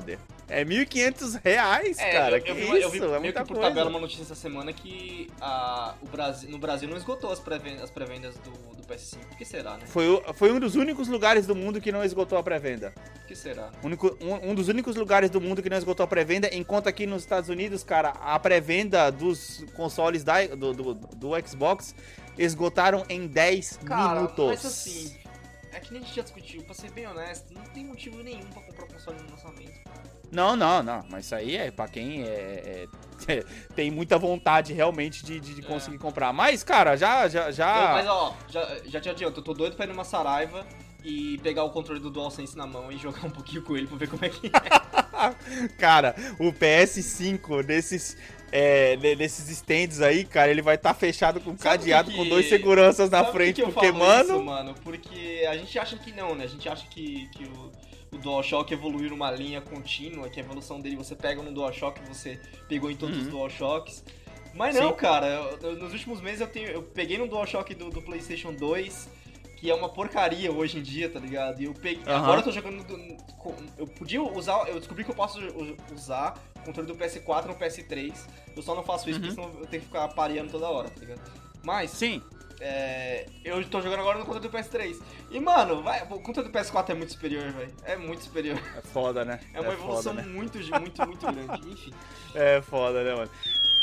Speaker 1: É mil e quinhentos reais,
Speaker 2: É,
Speaker 1: cara.
Speaker 2: eu,
Speaker 1: que
Speaker 2: eu, vi,
Speaker 1: isso?
Speaker 2: uma- eu vi
Speaker 1: é
Speaker 2: meio
Speaker 1: muita
Speaker 2: que por
Speaker 1: coisa.
Speaker 2: tabela uma notícia essa semana que a, o Brasil, no Brasil não esgotou as pré-vendas, as pré-vendas do, do P S cinco. Por que será, né?
Speaker 1: Foi, o- foi um dos únicos lugares do mundo que não esgotou a pré-venda.
Speaker 2: Por que será?
Speaker 1: Único- um, um dos únicos lugares do mundo que não esgotou a pré-venda, enquanto aqui nos Estados Unidos, cara, a pré-venda dos consoles da, do, do, do Xbox esgotaram em dez
Speaker 2: Cara,
Speaker 1: minutos.
Speaker 2: mas assim, é que nem a gente já discutiu, pra ser bem honesto, não tem motivo nenhum pra comprar console no lançamento, cara.
Speaker 1: Não, não, não. Mas isso aí é pra quem é, é- tem muita vontade realmente de, de- de conseguir
Speaker 2: É.
Speaker 1: comprar. Mas, cara, já, já,
Speaker 2: Eu-
Speaker 1: já...
Speaker 2: mas ó, já, já te adianto, eu tô doido pra ir numa Saraiva e pegar o controle do DualSense na mão e jogar um pouquinho com ele pra ver como é que é.
Speaker 1: Cara, o P S cinco desses, é, de- desses stands aí, cara, ele vai estar fechado com
Speaker 2: Sabe
Speaker 1: cadeado
Speaker 2: que-
Speaker 1: com dois seguranças na
Speaker 2: Sabe por
Speaker 1: frente,
Speaker 2: que eu
Speaker 1: porque,
Speaker 2: falo
Speaker 1: mano...
Speaker 2: isso, mano? Porque a gente acha que não, né? A gente acha que, que o, o DualShock evoluiu numa linha contínua, que a evolução dele você pega no DualShock e você pegou em todos
Speaker 1: Uhum.
Speaker 2: os DualShocks. Mas não,
Speaker 1: Sim.
Speaker 2: cara, eu- eu- nos últimos meses eu, tenho, eu peguei no DualShock do, do PlayStation dois, que é uma porcaria hoje em dia, tá ligado? E eu peguei.
Speaker 1: Aham.
Speaker 2: Agora eu tô jogando. do- com- eu podia usar. Eu descobri que eu posso u- usar o controle do P S quatro no P S três. Eu só não faço isso
Speaker 1: Uhum.
Speaker 2: porque senão eu tenho que ficar pareando toda hora, tá ligado? Mas.
Speaker 1: Sim.
Speaker 2: É, eu tô jogando agora no controle do P S três. E, mano, vai, o controle do P S quatro é muito superior, velho. É muito superior.
Speaker 1: É foda, né?
Speaker 2: É uma evolução
Speaker 1: foda, né?
Speaker 2: muito, muito, muito grande. Enfim.
Speaker 1: É foda, né, mano?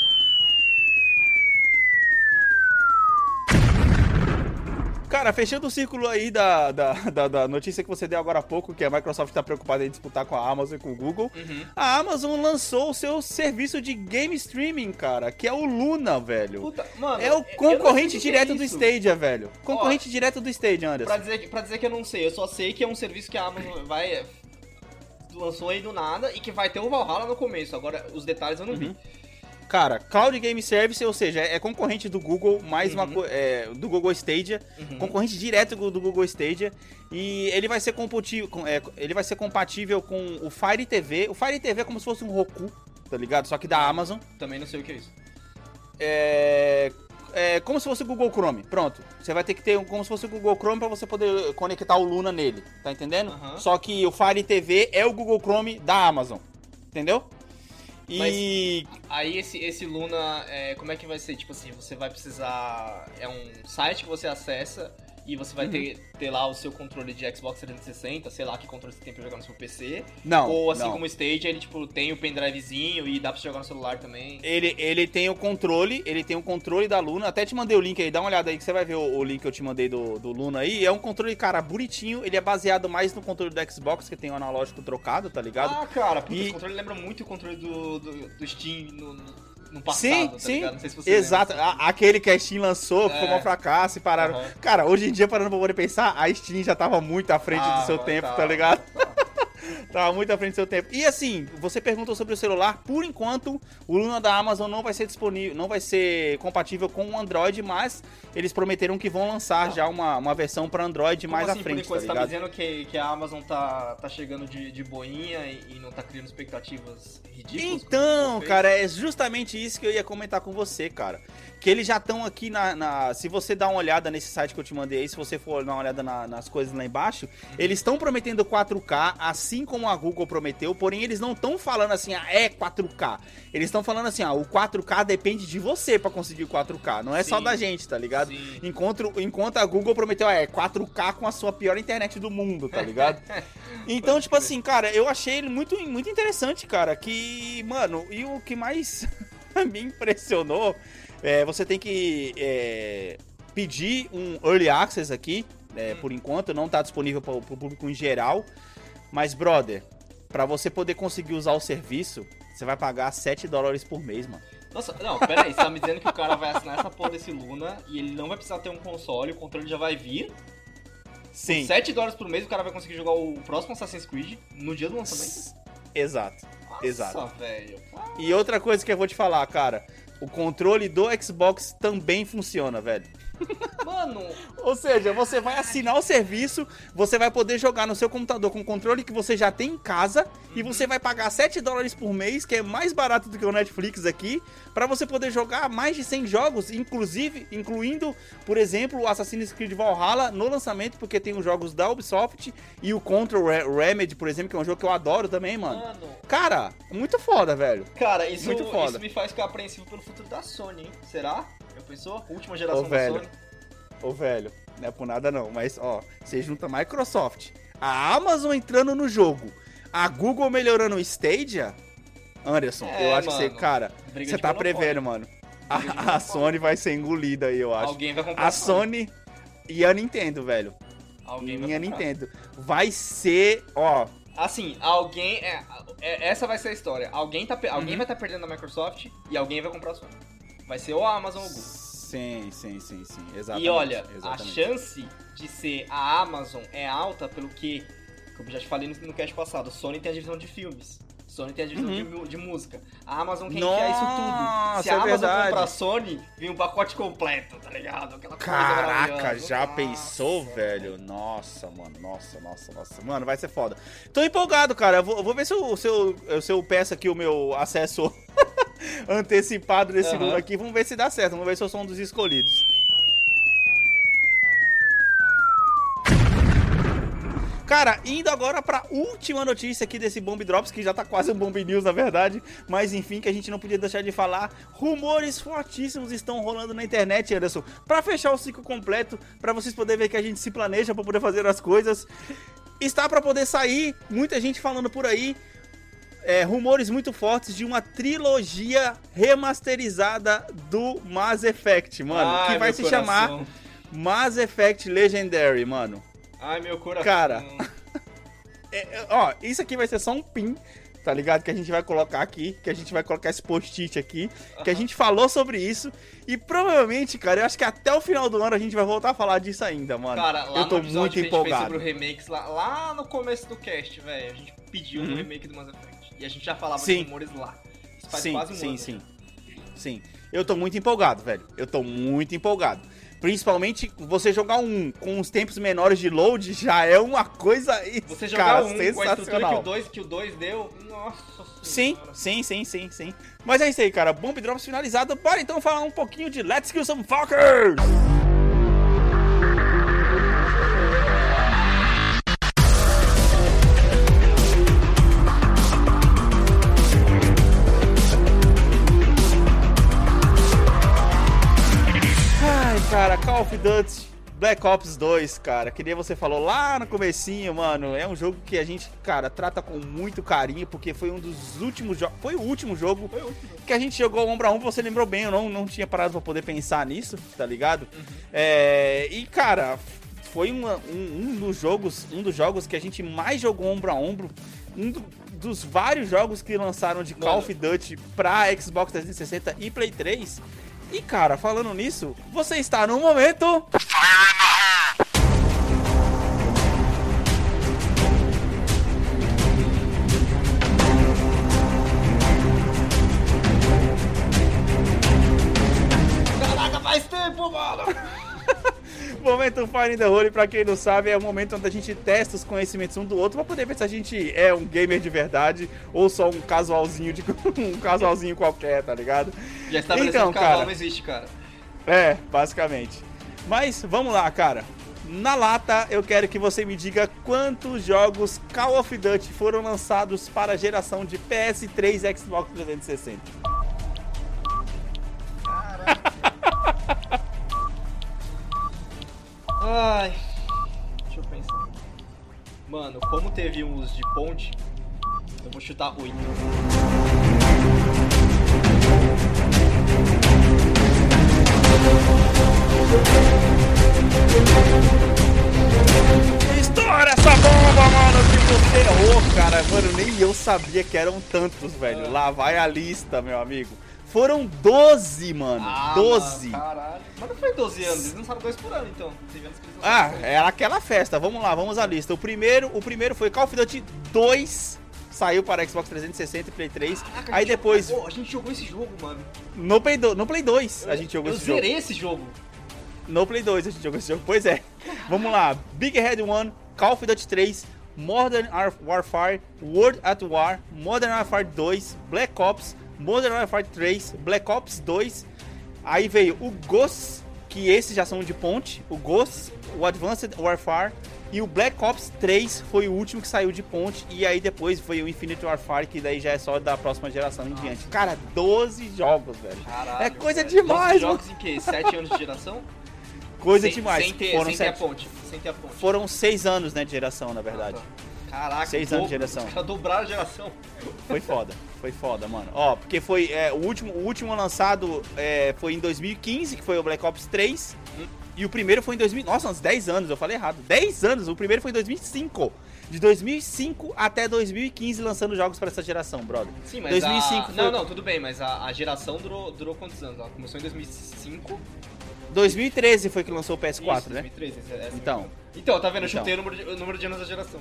Speaker 1: Cara, fechando o círculo aí da, da, da, da notícia que você deu agora há pouco, que a Microsoft tá preocupada em disputar com a Amazon e com o Google,
Speaker 2: Uhum.
Speaker 1: a Amazon lançou o seu serviço de game streaming, cara, que é o Luna, velho.
Speaker 2: Puta, mano,
Speaker 1: É
Speaker 2: eu
Speaker 1: o
Speaker 2: não sei
Speaker 1: concorrente
Speaker 2: o que
Speaker 1: direto
Speaker 2: é
Speaker 1: do
Speaker 2: isso.
Speaker 1: Stadia, velho. Concorrente direto do Stadia, Anderson.
Speaker 2: Pra dizer, que- pra dizer que eu não sei, eu só sei que é um serviço que a Amazon vai. é, lançou aí do nada e que vai ter o Valhalla no começo. Agora, os detalhes eu não vi.
Speaker 1: Uhum. Cara, Cloud Game Service, ou seja, é concorrente do Google, mais uma
Speaker 2: Uhum.
Speaker 1: co- é, do Google Stadia,
Speaker 2: Uhum.
Speaker 1: concorrente direto do do Google Stadia, e ele vai ser compatível, com- é, ele vai ser compatível com o Fire T V. O Fire T V é como se fosse um Roku, tá ligado? Só que da Amazon.
Speaker 2: Também não sei o que é isso.
Speaker 1: É, é como se fosse o Google Chrome. Pronto. Você vai ter que ter um- como se fosse o Google Chrome pra você poder conectar o Luna nele, tá entendendo?
Speaker 2: Aham.
Speaker 1: Só que o Fire T V é o Google Chrome da Amazon, entendeu? E
Speaker 2: Aí esse, esse Luna, é, como é que vai ser? Tipo assim, você vai precisar. É um site que você acessa e você vai
Speaker 1: Uhum.
Speaker 2: ter, ter lá o seu controle de Xbox trezentos e sessenta, sei lá que controle você tem pra jogar no seu P C.
Speaker 1: não,
Speaker 2: Ou assim
Speaker 1: não.
Speaker 2: como o Stadia, ele tipo tem o pendrivezinho e dá pra você jogar no celular também.
Speaker 1: Ele, ele tem o controle, ele tem o controle da Luna. Até te mandei o link aí, dá uma olhada aí que você vai ver o, o link que eu te mandei do, do Luna aí. É um controle, cara, bonitinho. Ele é baseado mais no controle do Xbox, que tem o analógico trocado, tá ligado?
Speaker 2: Ah, cara, puta,
Speaker 1: E-
Speaker 2: esse controle lembra muito o controle do, do, do Steam no, no, no passado,
Speaker 1: sim,
Speaker 2: tá
Speaker 1: sim.
Speaker 2: ligado? Não sei se você
Speaker 1: Exato.
Speaker 2: lembra.
Speaker 1: A- aquele que a Steam lançou, que foi
Speaker 2: É.
Speaker 1: um fracasso e pararam.
Speaker 2: Aham.
Speaker 1: Cara, hoje em dia, parando pra poder pensar, a Steam já tava muito à frente do seu
Speaker 2: Ah,
Speaker 1: tempo,
Speaker 2: tá,
Speaker 1: tá ligado?
Speaker 2: tá.
Speaker 1: Tava muito à frente do seu tempo. E assim, você perguntou sobre o celular. Por enquanto, o Luna da Amazon não vai ser disponível, não vai ser compatível com o Android, mas eles prometeram que vão lançar já uma, uma versão pra Android
Speaker 2: Como
Speaker 1: mais
Speaker 2: assim,
Speaker 1: à frente,
Speaker 2: por enquanto,
Speaker 1: tá
Speaker 2: você tá me
Speaker 1: ligado?
Speaker 2: dizendo que, que a Amazon tá, tá chegando de, de boinha e, e não tá criando expectativas ridículas?
Speaker 1: Então,
Speaker 2: como o Google
Speaker 1: cara, é justamente isso que eu ia comentar com você, cara. Que eles já estão aqui na, na- Se você dar uma olhada nesse site que eu te mandei aí, se você for dar uma olhada na- nas coisas lá embaixo, eles estão prometendo quatro K, assim como a Google prometeu, porém eles não estão falando assim, ah, é quatro K. Eles estão falando assim, ah, o quatro K depende de você pra conseguir o quatro K, não é só
Speaker 2: Sim.
Speaker 1: da gente, tá ligado?
Speaker 2: Sim.
Speaker 1: Enquanto, enquanto a Google prometeu, ah, é quatro K com a sua pior internet do mundo, tá ligado? Então,
Speaker 2: Pode
Speaker 1: tipo
Speaker 2: crer.
Speaker 1: assim, cara, eu achei ele muito, muito interessante, cara. Que, mano, e o que mais me impressionou é você tem que é, pedir um Early Access aqui, é,
Speaker 2: Hum.
Speaker 1: por enquanto, não tá disponível para o público em geral. Mas, brother, pra você poder conseguir usar o serviço, você vai pagar sete dólares por mês, mano.
Speaker 2: Nossa, não, pera aí, você tá me dizendo que o cara vai assinar essa porra desse Luna e ele não vai precisar ter um console, o controle já vai vir.
Speaker 1: Sim.
Speaker 2: sete dólares por mês o cara vai conseguir jogar o próximo Assassin's Creed no dia do lançamento?
Speaker 1: Exato.
Speaker 2: Nossa,
Speaker 1: Exato.
Speaker 2: velho.
Speaker 1: E outra coisa que eu vou te falar, cara. o controle do Xbox também funciona, velho.
Speaker 2: Mano...
Speaker 1: Ou seja, você vai assinar o serviço, você vai poder jogar no seu computador com o controle que você já tem em casa, uhum. e você vai pagar sete dólares por mês, que é mais barato do que o Netflix aqui, pra você poder jogar mais de cem jogos, inclusive, incluindo, por exemplo, o Assassin's Creed Valhalla no lançamento, porque tem os jogos da Ubisoft e o Control Remedy, por exemplo, que é um jogo que eu adoro também, mano. Mano. Cara, muito foda, velho.
Speaker 2: Cara, isso, muito foda. Isso me faz ficar apreensivo pelo futuro da Sony, hein? Será? Já pensou? Última geração
Speaker 1: Ô, velho.
Speaker 2: da Sony.
Speaker 1: Ô, velho, não é por nada não, mas, ó, você junta a Microsoft, a Amazon entrando no jogo, a Google melhorando o Stadia, Anderson, é, eu acho mano, que você, cara, você tá prevendo, mano, a, a Sony vai ser engolida aí, eu acho.
Speaker 2: Alguém vai comprar
Speaker 1: a Sony e a Nintendo, velho.
Speaker 2: Alguém
Speaker 1: vai
Speaker 2: e a
Speaker 1: Nintendo. Vai ser, ó...
Speaker 2: Assim, alguém... É, é, essa vai ser a história. Alguém, tá, alguém uhum. vai estar tá perdendo a Microsoft e alguém vai comprar a Sony. Vai ser ou a Amazon ou o Google.
Speaker 1: Sim, sim, sim, sim, exatamente.
Speaker 2: E olha,
Speaker 1: exatamente.
Speaker 2: a chance de ser a Amazon é alta pelo que, como eu já te falei no, no cast passado, a Sony tem a divisão de filmes, a Sony tem a divisão uhum. de, de música, a Amazon quer enfiar isso tudo. Se a
Speaker 1: é
Speaker 2: Amazon
Speaker 1: verdade.
Speaker 2: comprar a Sony, vem um pacote completo, tá ligado? Aquela
Speaker 1: Caraca, já
Speaker 2: nossa.
Speaker 1: pensou, velho? Nossa, mano, nossa, nossa, nossa. Mano, vai ser foda. Tô empolgado, cara, eu vou, eu vou ver se eu, se, eu, se eu peço aqui o meu acesso... antecipado desse uhum. número aqui, vamos ver se dá certo, vamos ver se eu sou um dos escolhidos. Cara, indo agora pra última notícia aqui desse Bomb Drops, que já tá quase um Bomb News na verdade, mas enfim, que a gente não podia deixar de falar, rumores fortíssimos estão rolando na internet, Anderson, pra fechar o ciclo completo, pra vocês poderem ver que a gente se planeja pra poder fazer as coisas, está pra poder sair, muita gente falando por aí, É, rumores muito fortes de uma trilogia remasterizada do Mass Effect, mano. Ai, que vai se coração. chamar Mass Effect Legendary, mano.
Speaker 2: Ai, meu coração.
Speaker 1: Cara, é, ó, isso aqui vai ser só um pin, tá ligado? Que a gente vai colocar aqui, que a gente vai colocar esse post-it aqui, uh-huh. que a gente falou sobre isso. E provavelmente, cara, eu acho que até o final do ano a gente vai voltar a falar disso ainda, mano.
Speaker 2: Cara, lá
Speaker 1: eu tô
Speaker 2: no
Speaker 1: muito
Speaker 2: que a gente
Speaker 1: empolgado.
Speaker 2: fez sobre o remakes, lá, lá no começo do cast, velho, a gente pediu uhum. um remake do Mass Effect. E a gente já falava
Speaker 1: sim.
Speaker 2: de rumores lá. Isso faz
Speaker 1: sim,
Speaker 2: quase um
Speaker 1: sim,
Speaker 2: ano.
Speaker 1: Sim, sim, sim. Eu tô muito empolgado, velho. Eu tô muito empolgado. Principalmente você jogar um com os tempos menores de load já é uma coisa
Speaker 2: você jogar
Speaker 1: cara,
Speaker 2: um
Speaker 1: sensacional.
Speaker 2: Com a estrutura que o dois, que o dois deu, nossa
Speaker 1: sim, sim, sim, sim, sim. Mas é isso aí, cara. Bomb Drops finalizado. Bora então falar um pouquinho de Let's Kill Some Fuckers! Cara, Call of Duty Black Ops dois, cara, que nem você falou lá no comecinho, mano, é um jogo que a gente, cara, trata com muito carinho, porque foi um dos últimos jogos, foi o último jogo foi o último. que a gente jogou ombro a ombro, você lembrou bem, eu não, não tinha parado pra poder pensar nisso, tá ligado? Uhum. É, e, cara, foi uma, um, um dos jogos, um dos jogos que a gente mais jogou ombro a ombro, um do, dos vários jogos que lançaram de mano. Call of Duty pra Xbox trezentos e sessenta e Play três. E, cara, falando nisso, você está no momento...
Speaker 2: Caraca, faz tempo, mano!
Speaker 1: Momento Fire in the Hole, pra quem não sabe, é o momento onde a gente testa os conhecimentos um do outro pra poder ver se a gente é um gamer de verdade ou só um casualzinho de um casualzinho qualquer, tá ligado?
Speaker 2: Já está então, que o casual não existe, cara.
Speaker 1: É, basicamente. Mas vamos lá, cara. Na lata, eu quero que você me diga quantos jogos Call of Duty foram lançados para a geração de P S três e Xbox trezentos e sessenta.
Speaker 2: Caraca. Ai, deixa eu pensar. Mano, como teve uns de ponte, eu vou chutar oito.
Speaker 1: Estoura essa bomba, mano, que você errou, cara. Mano, nem eu sabia que eram tantos, velho. Lá vai a lista, meu amigo. Foram doze, mano.
Speaker 2: Ah,
Speaker 1: doze.
Speaker 2: Mano, caralho. Mas não foi doze anos, eles lançaram dois por ano, então.
Speaker 1: Ah, era aquela festa. Vamos lá, vamos à lista. O primeiro, o primeiro foi Call of Duty dois saiu para Xbox trezentos e sessenta e Play três.
Speaker 2: Caraca,
Speaker 1: Aí
Speaker 2: a gente
Speaker 1: depois,
Speaker 2: jogou- pô, a gente jogou esse jogo, mano.
Speaker 1: no Play, do, no Play dois, a gente jogou
Speaker 2: eu
Speaker 1: esse jogo.
Speaker 2: zerei esse jogo.
Speaker 1: No Play dois a gente jogou esse jogo. Pois é. Vamos lá. Big Head um, Call of Duty três, Modern Warfare, World at War, Modern Warfare dois, Black Ops, Modern Warfare três, Black Ops dois. Aí veio o Ghosts, que esses já são de ponte. O Ghosts, o Advanced Warfare e o Black Ops três foi o último que saiu de ponte. E aí depois foi o Infinite Warfare, que daí já é só da próxima geração em diante. Cara, doze jogos, velho.
Speaker 2: Caralho,
Speaker 1: É coisa
Speaker 2: velho.
Speaker 1: demais,
Speaker 2: doze jogos em quê? sete anos de geração?
Speaker 1: Coisa
Speaker 2: sem,
Speaker 1: demais.
Speaker 2: Sem ter,
Speaker 1: Foram
Speaker 2: sem ter a
Speaker 1: sete.
Speaker 2: ponte. Sem ter a ponte.
Speaker 1: Foram seis anos, né, de geração, na verdade.
Speaker 2: Ah, tá. Caraca,
Speaker 1: Seis
Speaker 2: do-
Speaker 1: anos de geração.
Speaker 2: Os caras dobraram a geração.
Speaker 1: Foi foda, foi foda, mano. Ó, porque foi é, o, último, o último lançado é, foi em dois mil e quinze, que foi o Black Ops três.
Speaker 2: Hum.
Speaker 1: E o primeiro foi em dois mil... Nossa, uns dez anos, eu falei errado. dez anos, o primeiro foi em dois mil e cinco. De dois mil e cinco até dois mil e quinze lançando jogos pra essa geração, brother.
Speaker 2: Sim, mas
Speaker 1: dois mil e cinco
Speaker 2: a...
Speaker 1: foi...
Speaker 2: Não, não, tudo bem, mas a, a geração durou, durou quantos anos? Ela começou em dois mil e cinco.
Speaker 1: dois mil e treze foi que lançou o P S quatro,
Speaker 2: Isso,
Speaker 1: né?
Speaker 2: dois mil e treze, essa- essa
Speaker 1: Então.
Speaker 2: mesmo. Então, tá vendo? Eu
Speaker 1: Então.
Speaker 2: chutei o número, de, o número de anos da geração.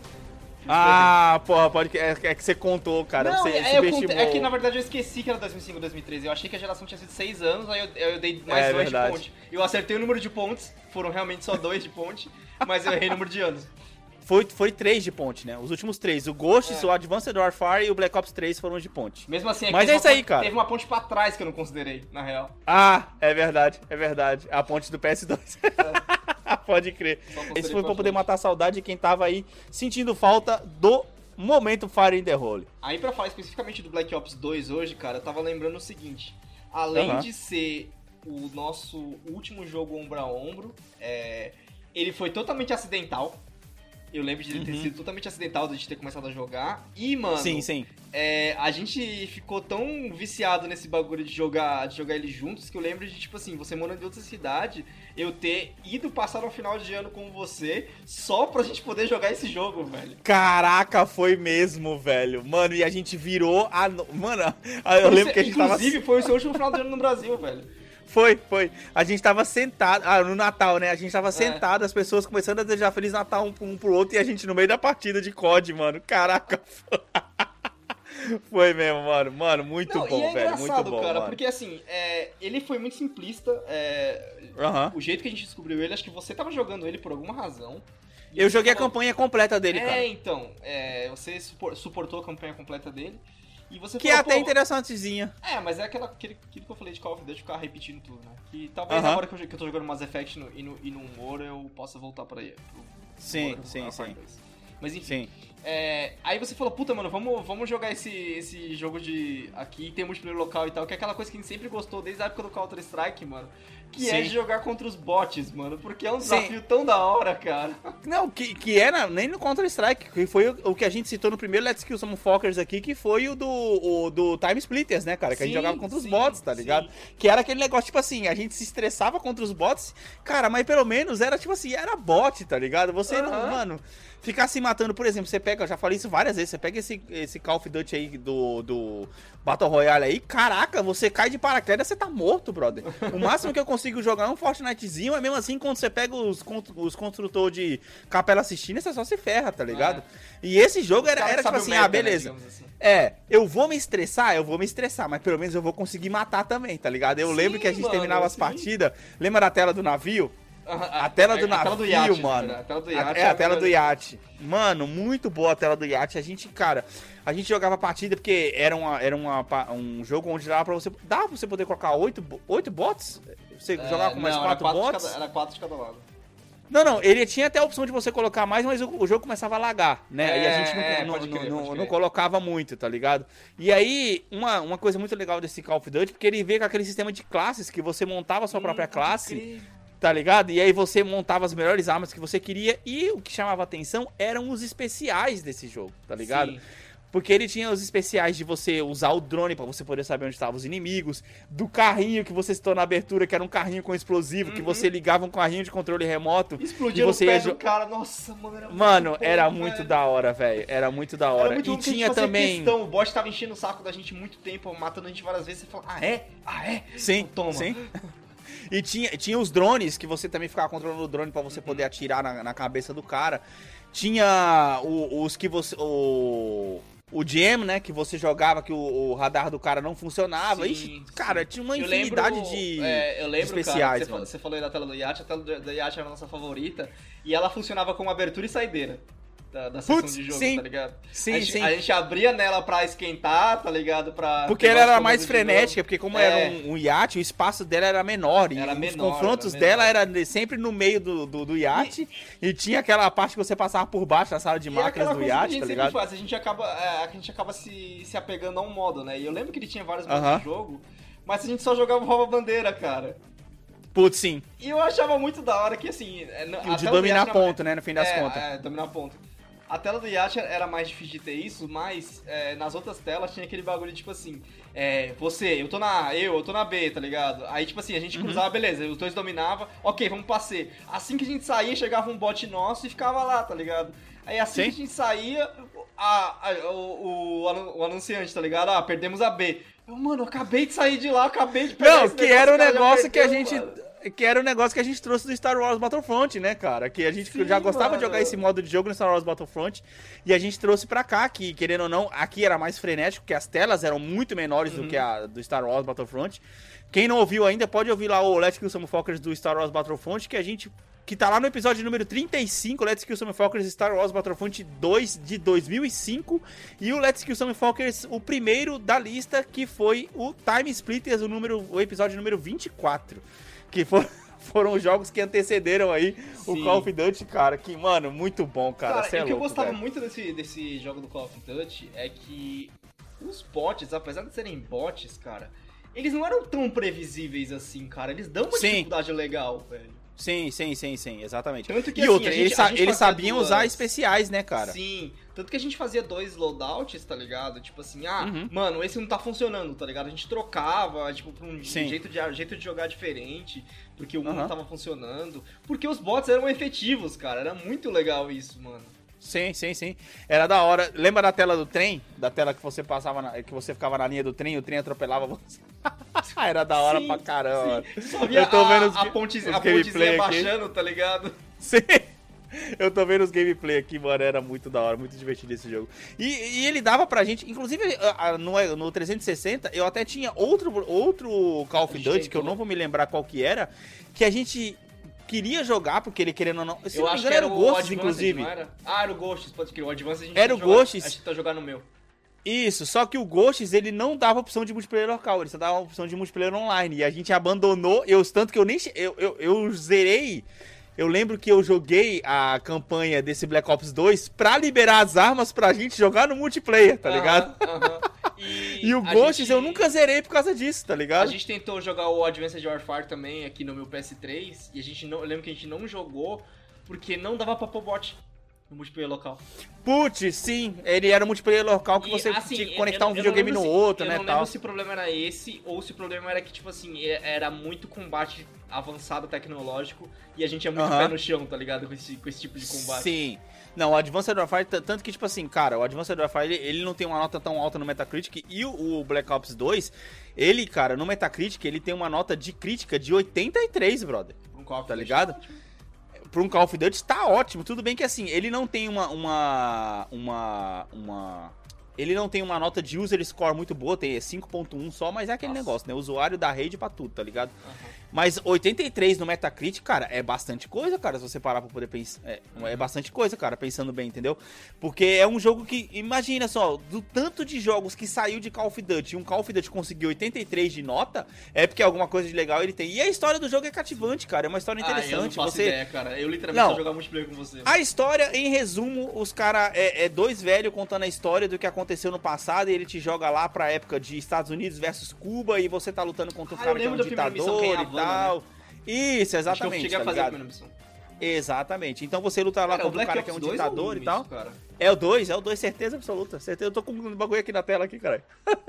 Speaker 1: Ah, porra, pode que é, é que você contou, cara.
Speaker 2: Não,
Speaker 1: você
Speaker 2: é, eu
Speaker 1: subestimou.
Speaker 2: contei- é que na verdade eu esqueci que era dois mil e cinco, dois mil e treze. Eu achei que a geração tinha sido seis anos, aí eu, eu dei mais
Speaker 1: É
Speaker 2: dois
Speaker 1: verdade.
Speaker 2: de ponte. Eu acertei o número de pontes, foram realmente só dois de ponte, mas eu errei o número de anos.
Speaker 1: Foi, foi três de ponte, né? Os últimos três. O Ghosts,
Speaker 2: É.
Speaker 1: o Advanced Warfare e o Black Ops três foram de ponte.
Speaker 2: Mesmo assim,
Speaker 1: Mas
Speaker 2: teve
Speaker 1: é
Speaker 2: uma
Speaker 1: isso aí,
Speaker 2: ponte-
Speaker 1: cara.
Speaker 2: Teve uma ponte pra trás que eu não considerei, na real.
Speaker 1: Ah, é verdade, é verdade. A ponte do P S dois. Pode crer.
Speaker 2: Só considerei
Speaker 1: Esse foi pra
Speaker 2: pra
Speaker 1: poder
Speaker 2: frente.
Speaker 1: matar a saudade de quem tava aí sentindo falta do momento Fire in the Hole.
Speaker 2: Aí pra falar especificamente do Black Ops dois hoje, cara, eu tava lembrando o seguinte. Além
Speaker 1: Aham.
Speaker 2: de ser o nosso último jogo ombro a ombro, é, ele foi totalmente acidental. Eu lembro de ele ter
Speaker 1: Uhum.
Speaker 2: sido totalmente acidental de a gente ter começado a jogar. E, mano,
Speaker 1: Sim, sim.
Speaker 2: é, a gente ficou tão viciado nesse bagulho de jogar, de jogar ele juntos que eu lembro de, tipo assim, você morando em outra cidade, eu ter ido passar um final de ano com você só pra gente poder jogar esse jogo, velho.
Speaker 1: Caraca, foi mesmo, velho. Mano, e a gente virou a... no- Mano, eu lembro que a gente tava...
Speaker 2: Inclusive, foi o seu último final de ano no Brasil, velho.
Speaker 1: Foi, foi. A gente tava sentado... Ah, no Natal, né? A gente
Speaker 2: É.
Speaker 1: tava sentado, as pessoas começando a desejar Feliz Natal um, um pro outro e a gente no meio da partida de C O D, mano. Caraca, foi... Foi mesmo, mano. Mano, muito
Speaker 2: Não,
Speaker 1: bom,
Speaker 2: e é
Speaker 1: velho.
Speaker 2: engraçado,
Speaker 1: Muito bom,
Speaker 2: cara,
Speaker 1: mano.
Speaker 2: porque assim, é, ele foi muito simplista. é,
Speaker 1: Aham.
Speaker 2: O jeito que a gente descobriu ele, acho que você tava jogando ele por alguma razão. E
Speaker 1: Eu
Speaker 2: você
Speaker 1: joguei a
Speaker 2: falou-
Speaker 1: campanha completa dele,
Speaker 2: É,
Speaker 1: cara.
Speaker 2: então, é, você supor- suportou a campanha completa dele. E você
Speaker 1: Que é
Speaker 2: falou,
Speaker 1: até
Speaker 2: pô,
Speaker 1: interessantezinha.
Speaker 2: É, mas é aquela, aquele, aquilo que eu falei de Call of Duty, ficar repetindo tudo, né? Que talvez
Speaker 1: Aham.
Speaker 2: agora que eu, que eu tô jogando Mass Effect no, e, no, e no humor, eu possa voltar pra aí. pro-
Speaker 1: Sim,
Speaker 2: pro-
Speaker 1: sim,
Speaker 2: pro
Speaker 1: sim.
Speaker 2: Part dois. Mas enfim,
Speaker 1: Sim.
Speaker 2: é, aí você falou, puta, mano, vamos, vamos jogar esse, esse jogo de aqui, tem multiplayer local e tal, que é aquela coisa que a gente sempre gostou desde a época do Counter-Strike, mano. Que é
Speaker 1: Sim.
Speaker 2: de jogar contra os bots, mano, porque é um
Speaker 1: Sim.
Speaker 2: desafio tão da hora, cara.
Speaker 1: Não, que, que era nem no Counter-Strike, que foi o, o que a gente citou no primeiro Let's Kill Some Fuckers aqui, que foi o do, o do Time Splitters, né, cara? Que a gente
Speaker 2: Sim,
Speaker 1: jogava contra os
Speaker 2: sim,
Speaker 1: bots, tá ligado?
Speaker 2: sim.
Speaker 1: Que era aquele negócio, tipo assim, a gente se estressava contra os bots, cara, mas pelo menos era, tipo assim, era bot, tá ligado? Você não,
Speaker 2: Aham.
Speaker 1: mano, ficar se matando, por exemplo, você pega, eu já falei isso várias vezes, você pega esse, esse Call of Duty aí do, do Battle Royale aí, caraca, você cai de paraquedas, você tá morto, brother. O máximo que eu consigo jogar é um Fortnitezinho, mas mesmo assim, quando você pega os, os construtores de Capela assistindo, você só se ferra, tá ligado? E esse jogo era,
Speaker 2: Os caras
Speaker 1: era tipo
Speaker 2: sabem o
Speaker 1: assim,
Speaker 2: meta,
Speaker 1: ah,
Speaker 2: né,
Speaker 1: beleza.
Speaker 2: digamos assim.
Speaker 1: É, eu vou me estressar, eu vou me estressar, mas pelo menos eu vou conseguir matar também, tá ligado? Eu
Speaker 2: Sim,
Speaker 1: lembro que a gente
Speaker 2: mano,
Speaker 1: terminava as
Speaker 2: sim.
Speaker 1: partidas, lembra da tela do navio?
Speaker 2: A,
Speaker 1: A tela do
Speaker 2: a
Speaker 1: navio,
Speaker 2: tela do iate,
Speaker 1: mano.
Speaker 2: né? A tela do
Speaker 1: A-
Speaker 2: iate
Speaker 1: é a tela do
Speaker 2: melhor.
Speaker 1: iate. Mano, muito boa a tela do iate. A gente, cara, a gente jogava partida porque era, uma, era uma, pa- um jogo onde dava pra você. Dava pra você poder colocar oito, bo- oito bots? Você
Speaker 2: É,
Speaker 1: jogava com mais
Speaker 2: não,
Speaker 1: quatro
Speaker 2: era quatro
Speaker 1: bots?
Speaker 2: De cada, era quatro de cada lado.
Speaker 1: Não, não, ele tinha até a opção de você colocar mais, mas o, o jogo começava a lagar, né?
Speaker 2: É,
Speaker 1: e a gente não,
Speaker 2: é,
Speaker 1: não,
Speaker 2: pode crer,
Speaker 1: não-
Speaker 2: pode
Speaker 1: não
Speaker 2: crer.
Speaker 1: colocava muito, tá ligado? E aí, uma, uma coisa muito legal desse Call of Duty, porque ele veio com aquele sistema de classes que você montava a sua própria
Speaker 2: Hum, pode
Speaker 1: classe.
Speaker 2: crer.
Speaker 1: Tá ligado? E aí você montava as melhores armas que você queria. E o que chamava atenção eram os especiais desse jogo, tá ligado?
Speaker 2: Sim.
Speaker 1: Porque ele tinha os especiais de você usar o drone pra você poder saber onde estavam os inimigos. Do carrinho que você citou na abertura, que era um carrinho com explosivo, que você ligava um carrinho de controle remoto.
Speaker 2: Explodia
Speaker 1: e
Speaker 2: no
Speaker 1: você
Speaker 2: pé
Speaker 1: ia
Speaker 2: do
Speaker 1: jo-
Speaker 2: cara, nossa, mano, era
Speaker 1: Mano,
Speaker 2: muito bom,
Speaker 1: era
Speaker 2: velho.
Speaker 1: muito da hora, velho. Era muito da hora.
Speaker 2: Era muito
Speaker 1: E
Speaker 2: bom que a gente
Speaker 1: tinha
Speaker 2: fazia
Speaker 1: também.
Speaker 2: questão, o bot tava enchendo o saco da gente muito tempo, matando a gente várias vezes, você fala, ah é? Ah é?
Speaker 1: Sim,
Speaker 2: Então toma.
Speaker 1: sim. E tinha, tinha os drones, que você também ficava controlando o drone pra você poder atirar na, na cabeça do cara. Tinha o- os que você... O, o Jam, né, que você jogava que o, o radar do cara não funcionava.
Speaker 2: Sim,
Speaker 1: Ixi,
Speaker 2: sim.
Speaker 1: cara, tinha uma
Speaker 2: Eu
Speaker 1: infinidade
Speaker 2: lembro,
Speaker 1: de
Speaker 2: é, eu lembro,
Speaker 1: especiais,
Speaker 2: cara, que
Speaker 1: mano.
Speaker 2: você, você falou aí da tela do Yacht, a tela do, do Yacht era a nossa favorita, e ela funcionava como abertura e saideira da, da sessão
Speaker 1: Putz,
Speaker 2: de jogo,
Speaker 1: sim.
Speaker 2: tá ligado?
Speaker 1: Sim,
Speaker 2: a gente,
Speaker 1: sim.
Speaker 2: A gente abria nela pra esquentar, tá ligado? Pra
Speaker 1: Porque
Speaker 2: pegar
Speaker 1: ela
Speaker 2: os
Speaker 1: era
Speaker 2: comandos
Speaker 1: mais
Speaker 2: de
Speaker 1: frenética,
Speaker 2: jogo.
Speaker 1: porque como
Speaker 2: É.
Speaker 1: era um, um iate, o espaço dela era menor. E
Speaker 2: Era
Speaker 1: os
Speaker 2: menor,
Speaker 1: confrontos
Speaker 2: era
Speaker 1: dela
Speaker 2: menor.
Speaker 1: era sempre no meio do, do, do iate. E... e tinha aquela parte que você passava por baixo na sala de
Speaker 2: E é
Speaker 1: máquinas
Speaker 2: aquela
Speaker 1: do
Speaker 2: coisa que a
Speaker 1: iate,
Speaker 2: gente
Speaker 1: tá
Speaker 2: sempre
Speaker 1: ligado?
Speaker 2: faz, a gente acaba, é, a gente acaba se, se apegando a um modo, né? E eu lembro que ele tinha vários modos
Speaker 1: Aham.
Speaker 2: de jogo, mas a gente só jogava rouba-bandeira, cara.
Speaker 1: Putz, sim.
Speaker 2: E eu achava muito da hora que, assim... é,
Speaker 1: E o
Speaker 2: a
Speaker 1: de
Speaker 2: tela do
Speaker 1: dominar
Speaker 2: Yacht era-
Speaker 1: ponto, né, no fim das
Speaker 2: é,
Speaker 1: contas.
Speaker 2: É, dominar ponto. A tela do Yacht era mais difícil de ter isso, mas é, nas outras telas tinha aquele bagulho, tipo assim, é, você, eu tô na A, eu, eu tô na B, tá ligado? Aí, tipo assim, a gente cruzava, beleza, os dois dominavam, ok, vamos pra C. Assim que a gente saía, chegava um bot nosso e ficava lá, tá ligado? Aí assim
Speaker 1: Sim.
Speaker 2: que a gente saía, a, a- o, o, anu- o anunciante, tá ligado? Ah, perdemos a B. Eu, mano, eu acabei de sair de lá, eu acabei de pegar
Speaker 1: Não,
Speaker 2: esse
Speaker 1: que era o
Speaker 2: cara já
Speaker 1: negócio que a
Speaker 2: perdeu,
Speaker 1: gente.
Speaker 2: mano.
Speaker 1: Que era o negócio que a gente trouxe do Star Wars Battlefront, né, cara? Que a gente
Speaker 2: Sim,
Speaker 1: já gostava de
Speaker 2: mano.
Speaker 1: jogar esse modo de jogo no Star Wars Battlefront. E a gente trouxe pra cá, que querendo ou não, aqui era mais frenético, porque as telas eram muito menores
Speaker 2: Uhum.
Speaker 1: do que a do Star Wars Battlefront. Quem não ouviu ainda, pode ouvir lá o Let's Kill Some Fuckers do Star Wars Battlefront, que a gente... Que tá lá no episódio número trinta e cinco, Let's Kill Some Fuckers Star Wars Battlefront dois de dois mil e cinco. E o Let's Kill Some Fuckers, o primeiro da lista, que foi o Time Splitters, o, número, o episódio número vinte e quatro. Que foi... Foram os jogos que antecederam aí o
Speaker 2: Sim.
Speaker 1: Call of Duty, cara. Que, mano, muito bom, cara.
Speaker 2: Cara,
Speaker 1: Cê é
Speaker 2: e o que eu
Speaker 1: louco,
Speaker 2: gostava
Speaker 1: velho.
Speaker 2: muito desse, desse jogo do Call of Duty é que os bots, apesar de serem bots, cara, eles não eram tão previsíveis assim, cara. Eles dão uma
Speaker 1: Sim.
Speaker 2: dificuldade legal, velho.
Speaker 1: Sim, sim, sim, sim, exatamente.
Speaker 2: Tanto que,
Speaker 1: e
Speaker 2: assim,
Speaker 1: outra,
Speaker 2: a gente-
Speaker 1: eles,
Speaker 2: a
Speaker 1: sa-
Speaker 2: gente
Speaker 1: eles
Speaker 2: fazia
Speaker 1: sabiam
Speaker 2: duas-
Speaker 1: usar especiais, né, cara?
Speaker 2: Sim, tanto que a gente fazia dois loadouts, tá ligado? Tipo assim, ah,
Speaker 1: Uhum.
Speaker 2: mano, esse não tá funcionando, tá ligado? A gente trocava, tipo, pra um
Speaker 1: Sim.
Speaker 2: jeito de, jeito de jogar diferente, porque o um
Speaker 1: Uhum.
Speaker 2: não tava funcionando. Porque os bots eram efetivos, cara. Era muito legal isso, mano.
Speaker 1: Sim, sim, sim. Era da hora. Lembra da tela do trem? Da tela que você passava, na- que você ficava na linha do trem e o trem atropelava você? Era da hora
Speaker 2: Sim,
Speaker 1: pra caramba.
Speaker 2: sim. Só via
Speaker 1: Eu tô
Speaker 2: a,
Speaker 1: vendo os,
Speaker 2: a,
Speaker 1: ga-
Speaker 2: pontezinha,
Speaker 1: os
Speaker 2: a pontezinha
Speaker 1: gameplay aqui.
Speaker 2: baixando, tá ligado?
Speaker 1: Sim. Eu tô vendo os gameplay aqui, mano. Era muito da hora, muito divertido esse jogo. E, e ele dava pra gente, inclusive a- a- no, no trezentos e sessenta, eu até tinha outro, outro Call of
Speaker 2: A gente
Speaker 1: Duty, que eu
Speaker 2: tentou.
Speaker 1: não vou me lembrar qual que era, que a gente queria jogar, porque ele querendo ou não. Se
Speaker 2: Eu
Speaker 1: não me
Speaker 2: acho
Speaker 1: engano,
Speaker 2: que
Speaker 1: era o Ghosts,
Speaker 2: Advanced,
Speaker 1: inclusive.
Speaker 2: não era? Ah, era o Ghosts, pode crer. O Advanced a gente
Speaker 1: Era o
Speaker 2: tentou jogar-
Speaker 1: Ghosts.
Speaker 2: A gente tá jogando no meu.
Speaker 1: Isso, só que o Ghosts, ele não dava opção de multiplayer local, ele só dava opção de multiplayer online. E a gente abandonou, eu, tanto que eu nem. che- Eu, eu, eu zerei. Eu lembro que eu joguei a campanha desse Black Ops dois pra liberar as armas pra gente jogar no multiplayer, tá ligado?
Speaker 2: Aham, aham. E,
Speaker 1: E o
Speaker 2: a
Speaker 1: Ghosts
Speaker 2: gente-
Speaker 1: eu nunca zerei por causa disso, tá
Speaker 2: A
Speaker 1: ligado?
Speaker 2: gente tentou jogar o Advanced Warfare também aqui no meu P S três e a gente não, eu lembro que a gente não jogou porque não dava pra pôr bot no multiplayer local.
Speaker 1: Putz, sim, ele era um multiplayer local que
Speaker 2: E,
Speaker 1: você
Speaker 2: assim,
Speaker 1: tinha que
Speaker 2: eu-
Speaker 1: conectar
Speaker 2: eu
Speaker 1: um
Speaker 2: não- eu não
Speaker 1: videogame no
Speaker 2: lembro se-
Speaker 1: outro,
Speaker 2: eu
Speaker 1: né,
Speaker 2: não
Speaker 1: tal.
Speaker 2: lembro se o problema era esse ou se o problema era que, tipo assim, e- era muito combate avançado tecnológico e a gente é muito
Speaker 1: Aham.
Speaker 2: pé no chão, tá ligado? Com esse, com esse tipo de combate.
Speaker 1: Sim. Não, o Advanced Warfare, t- tanto que, tipo assim, cara, o Advanced Warfare, ele, ele não tem uma nota tão alta no Metacritic, e o, o Black Ops dois, ele, cara, no Metacritic, ele tem uma nota de crítica de oitenta e três, brother.
Speaker 2: Um Call of
Speaker 1: Tá
Speaker 2: Duty.
Speaker 1: ligado? Pra um Call of Duty tá ótimo, tudo bem que assim, ele não tem uma, uma, uma, uma... Ele não tem uma nota de user score muito boa, tem cinco ponto um só, mas é aquele
Speaker 2: Nossa.
Speaker 1: negócio, né? Usuário da rede pra tudo, tá ligado?
Speaker 2: Aham.
Speaker 1: Mas oitenta e três no Metacritic, cara, é bastante coisa, cara, se você parar pra poder pensar. É, é bastante coisa, cara, pensando bem, entendeu? Porque é um jogo que, imagina só, do tanto de jogos que saiu de Call of Duty e um Call of Duty conseguiu oitenta e três de nota, é porque alguma coisa de legal ele tem. E a história do jogo é cativante, cara, é uma história
Speaker 2: Ah, eu não
Speaker 1: interessante.
Speaker 2: faço
Speaker 1: você
Speaker 2: ideia, cara. Eu literalmente
Speaker 1: Não.
Speaker 2: só jogar multiplayer com você.
Speaker 1: A história, em resumo, os caras é, é dois velhos contando a história do que aconteceu no passado e ele te joga lá pra época de Estados Unidos versus Cuba e você tá lutando contra um
Speaker 2: Ah, eu
Speaker 1: cara que é um
Speaker 2: lembro da primeira missão, que é
Speaker 1: ditador
Speaker 2: em
Speaker 1: e
Speaker 2: Havana,
Speaker 1: tal. Isso,
Speaker 2: Acho que eu
Speaker 1: exatamente,
Speaker 2: cheguei
Speaker 1: tá
Speaker 2: a fazer a
Speaker 1: ligado?
Speaker 2: primeira missão.
Speaker 1: Exatamente. Então você luta lá
Speaker 2: Cara, o
Speaker 1: contra um
Speaker 2: Black
Speaker 1: cara
Speaker 2: Ops
Speaker 1: que é um
Speaker 2: dois
Speaker 1: ditador
Speaker 2: ou
Speaker 1: e
Speaker 2: um
Speaker 1: tal.
Speaker 2: isso, cara?
Speaker 1: É o dois, é o dois, certeza absoluta. Certeza. Eu tô com um bagulho aqui na tela aqui, caralho.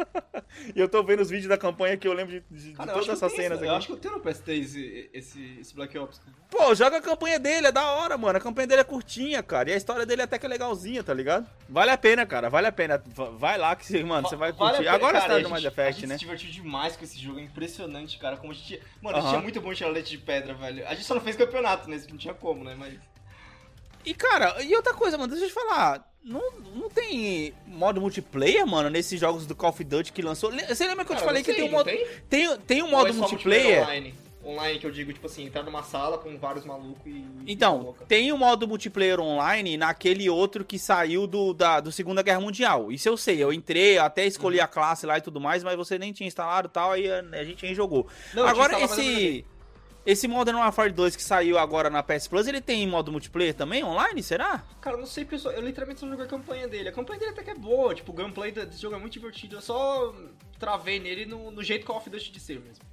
Speaker 1: E eu tô vendo os vídeos da campanha que eu lembro de, de- de
Speaker 2: Cara, eu
Speaker 1: todas
Speaker 2: acho que eu
Speaker 1: essas
Speaker 2: tenho
Speaker 1: cenas
Speaker 2: esse- Eu
Speaker 1: aqui.
Speaker 2: acho que eu tenho no P S três esse, esse, esse Black Ops. cara.
Speaker 1: Pô, joga a campanha dele, é da hora, mano. A campanha dele é curtinha, cara. E a história dele até que é legalzinha, tá ligado? Vale a pena, cara. Vale a pena. V- Vai lá que, mano, você vai
Speaker 2: Vale a
Speaker 1: curtir.
Speaker 2: pena,
Speaker 1: Agora
Speaker 2: cara,
Speaker 1: você tá
Speaker 2: a
Speaker 1: no Mass
Speaker 2: gente- A
Speaker 1: Effect,
Speaker 2: gente
Speaker 1: né?
Speaker 2: se divertiu demais com esse jogo, é impressionante, cara. Como a gente tinha... Mano, a gente
Speaker 1: Aham.
Speaker 2: tinha muito bom tirar leite de pedra, velho. A gente só não fez campeonato nesse, que não tinha como, né? Mas...
Speaker 1: E, cara, e outra coisa, mano, deixa eu te falar. Não, não tem modo multiplayer, mano, nesses jogos do Call of Duty que lançou? Você lembra que eu
Speaker 2: Cara,
Speaker 1: te falei
Speaker 2: sei,
Speaker 1: que tem um
Speaker 2: não
Speaker 1: modo...
Speaker 2: tem?
Speaker 1: Tem, tem um
Speaker 2: Ou
Speaker 1: modo
Speaker 2: é só
Speaker 1: multiplayer...
Speaker 2: online? Online que eu digo, tipo assim, entrar numa sala com vários malucos e...
Speaker 1: Então,
Speaker 2: e
Speaker 1: tem um modo multiplayer online naquele outro que saiu do, da do Segunda Guerra Mundial. Isso eu sei, eu entrei, até escolhi uhum. a classe lá e tudo mais, mas você nem tinha instalado e tal, aí a, a gente nem jogou. Não, agora, esse... Esse Modern Warfare dois que saiu agora na P S Plus, ele tem modo multiplayer também, online, será?
Speaker 2: Cara, eu não sei, pessoal. Eu literalmente só joguei a campanha dele. A campanha dele até que é boa, tipo, o gameplay desse jogo é muito divertido. Eu só travei nele no, no jeito Call of Duty de ser mesmo.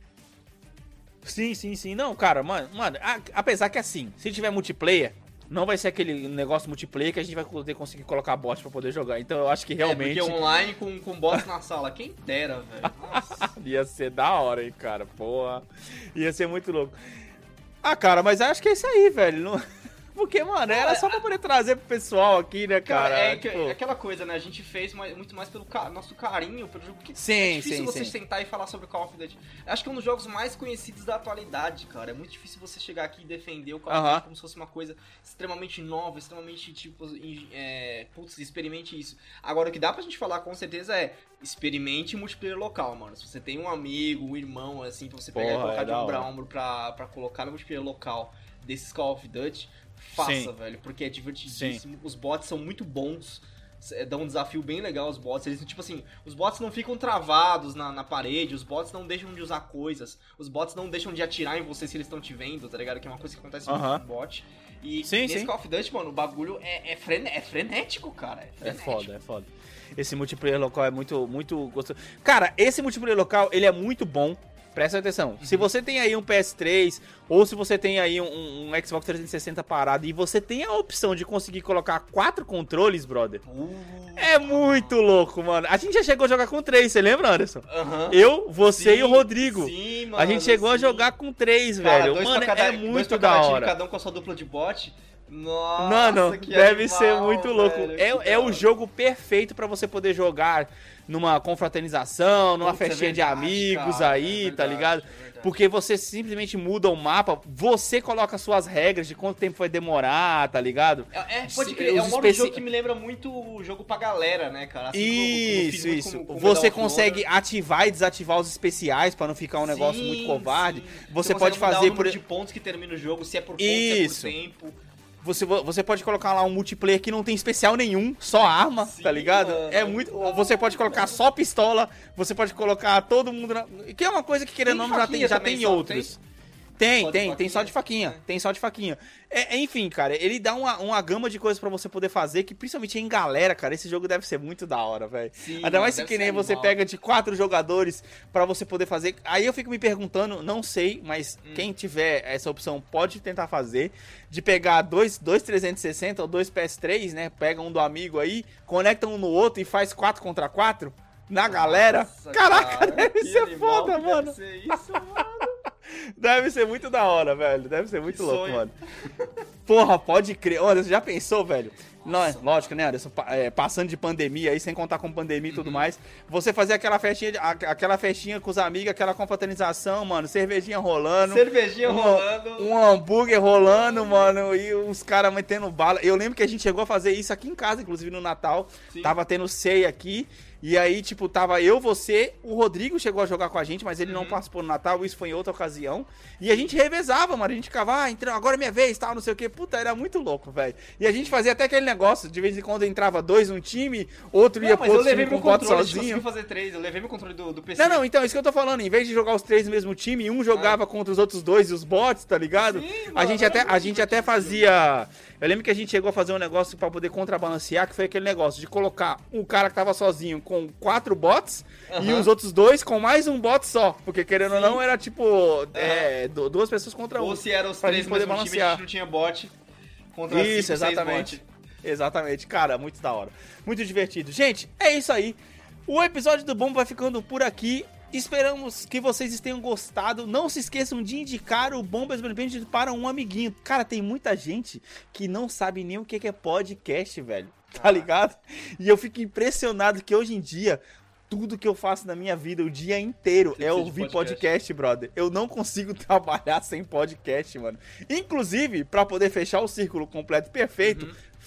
Speaker 1: Sim, sim, sim. Não, cara, mano, mano, a, apesar que assim, se tiver multiplayer, não vai ser aquele negócio multiplayer que a gente vai poder conseguir colocar bot pra poder jogar. Então eu acho que realmente...
Speaker 2: É, porque online com, com bots na sala, quem dera, velho. Nossa.
Speaker 1: Ia ser da hora, hein, cara, porra. Ia ser muito louco. Ah, cara, mas acho que é isso aí, velho. Não... Porque, mano, era só pra poder trazer pro pessoal aqui, né, cara?
Speaker 2: Cara, é,
Speaker 1: tipo...
Speaker 2: é aquela coisa, né? A gente fez mais, muito mais pelo ca... nosso carinho pelo jogo. Que
Speaker 1: sim,
Speaker 2: é difícil
Speaker 1: sim,
Speaker 2: você
Speaker 1: sim.
Speaker 2: sentar e falar sobre Call of Duty. Acho que é um dos jogos mais conhecidos da atualidade, cara. É muito difícil você chegar aqui e defender o Call of Duty uh-huh. como se fosse uma coisa extremamente nova, extremamente, tipo, é... putz, experimente isso. Agora, o que dá pra gente falar com certeza é experimente multiplayer local, mano. Se você tem um amigo, um irmão, assim, pra você pegar Porra, e colocar é de ombro a ombro pra, pra colocar no multiplayer local desses Call of Duty... Faça, Sim. velho, porque é divertidíssimo. Sim. Os bots são muito bons. Dá um desafio bem legal aos bots. Eles, tipo assim, os bots não ficam travados na, na parede, os bots não deixam de usar coisas, os bots não deixam de atirar em você se eles estão te vendo, tá ligado? Que é uma coisa que acontece muito uh-huh. com o bot. E
Speaker 1: sim,
Speaker 2: nesse
Speaker 1: sim.
Speaker 2: Call of Duty, mano, o bagulho é, é, frene, é frenético, cara. É, frenético.
Speaker 1: é foda, é foda. Esse multiplayer local é muito, muito gostoso. Cara, esse multiplayer local, ele é muito bom. Presta atenção, uhum. se você tem aí um P S três ou se você tem aí um, um Xbox trezentos e sessenta parado e você tem a opção de conseguir colocar quatro controles, brother, uh, é muito louco, mano. A gente já chegou a jogar com três, você lembra, Anderson?
Speaker 2: Uhum.
Speaker 1: Eu, você sim, e o Rodrigo.
Speaker 2: Sim, mano,
Speaker 1: a gente chegou
Speaker 2: sim.
Speaker 1: a jogar com três,
Speaker 2: Cara,
Speaker 1: velho.
Speaker 2: Dois
Speaker 1: mano,
Speaker 2: cada,
Speaker 1: é muito da hora.
Speaker 2: Cada um com a sua dupla de bot. Nossa,
Speaker 1: Mano,
Speaker 2: que
Speaker 1: deve
Speaker 2: animal,
Speaker 1: ser muito louco.
Speaker 2: velho,
Speaker 1: é é o jogo perfeito pra você poder jogar numa confraternização, numa Putz, festinha é verdade, de amigos cara, aí, é verdade, tá ligado? É Porque você simplesmente muda o mapa, você coloca suas regras de quanto tempo vai demorar, tá ligado?
Speaker 2: É, é pode crer, é um modo especi... de jogo que me lembra muito o jogo pra galera, né, cara? Assim,
Speaker 1: isso,
Speaker 2: como, como
Speaker 1: isso.
Speaker 2: Com, com
Speaker 1: você consegue ativar e desativar os especiais pra não ficar um sim, negócio muito covarde. Sim. Você, você pode fazer
Speaker 2: o
Speaker 1: por
Speaker 2: de pontos que termina o jogo, se é por ponto,
Speaker 1: isso.
Speaker 2: se é por tempo.
Speaker 1: Você, você pode colocar lá um multiplayer que não tem especial nenhum, só arma, Sim, tá ligado? Mano. É muito. Você pode colocar só pistola, você pode colocar todo mundo na, que é uma coisa que querendo ou não já tem, já tem outros. Tem, tem, tem, tem só de faquinha, é. tem só de faquinha. É, enfim, cara, ele dá uma, uma gama de coisas pra você poder fazer, que principalmente em galera, cara, esse jogo deve ser muito da hora, velho. Ainda mais se que nem você pega de quatro jogadores pra você poder fazer. Aí eu fico me perguntando, não sei, mas hum. quem tiver essa opção pode tentar fazer, de pegar dois, dois trezentos e sessenta ou dois P S três, né, pega um do amigo aí, conecta um no outro e faz quatro contra quatro na Nossa, galera. Caraca, cara, deve ser foda, mano.
Speaker 2: Deve ser isso, mano.
Speaker 1: Deve ser muito da hora, velho. Deve ser muito
Speaker 2: que
Speaker 1: louco,
Speaker 2: sonho.
Speaker 1: mano. Porra, pode crer. Olha, você já pensou, velho? Não, é, lógico, né, Anderson? É, passando de pandemia aí, sem contar com pandemia e tudo uhum. mais. Você fazer aquela festinha, aquela festinha com os amigos, aquela confraternização, mano. Cervejinha rolando.
Speaker 2: Cervejinha
Speaker 1: um,
Speaker 2: rolando.
Speaker 1: Um hambúrguer rolando, mano. E os caras metendo bala. Eu lembro que a gente chegou a fazer isso aqui em casa, inclusive no Natal. Sim. Tava tendo ceia aqui. E aí, tipo, tava eu, você, o Rodrigo chegou a jogar com a gente, mas ele uhum. não participou no Natal, isso foi em outra ocasião. E a gente revezava, mano, a gente ficava, ah, entra, agora é minha vez, tal, não sei o quê. Puta, era muito louco, velho. E a gente fazia até aquele negócio, de vez em quando entrava dois num time, outro ia
Speaker 2: não,
Speaker 1: pro outro time
Speaker 2: com
Speaker 1: o bot sozinho.
Speaker 2: Eu fazer três, eu levei meu controle do, do P C.
Speaker 1: Não, não, então, isso que eu tô falando, em vez de jogar os três no mesmo time, um jogava ah. contra os outros dois e os bots, tá ligado? Sim, a mano, gente até, a gente até fazia... Eu lembro que a gente chegou a fazer um negócio pra poder contrabalancear, que foi aquele negócio de colocar um cara que tava sozinho com quatro bots uhum. e os outros dois com mais um bot só. Porque querendo Sim. ou não, era tipo uhum. é, duas pessoas contra um.
Speaker 2: Ou se eram os três no mesmo time, a gente não tinha bot contra
Speaker 1: Isso, cinco, exatamente. Seis bot. Exatamente. Cara, muito da hora. Muito divertido. Gente, é isso aí. O episódio do Bomba vai ficando por aqui. Esperamos que vocês tenham gostado. Não se esqueçam de indicar o Bombas Band para um amiguinho. Cara, tem muita gente que não sabe nem o que é podcast, velho. Tá ligado? E eu fico impressionado que hoje em dia, tudo que eu faço na minha vida, o dia inteiro, é ouvir podcast. podcast, brother. Eu não consigo trabalhar sem podcast, mano. Inclusive, pra poder fechar o círculo completo perfeito, uhum.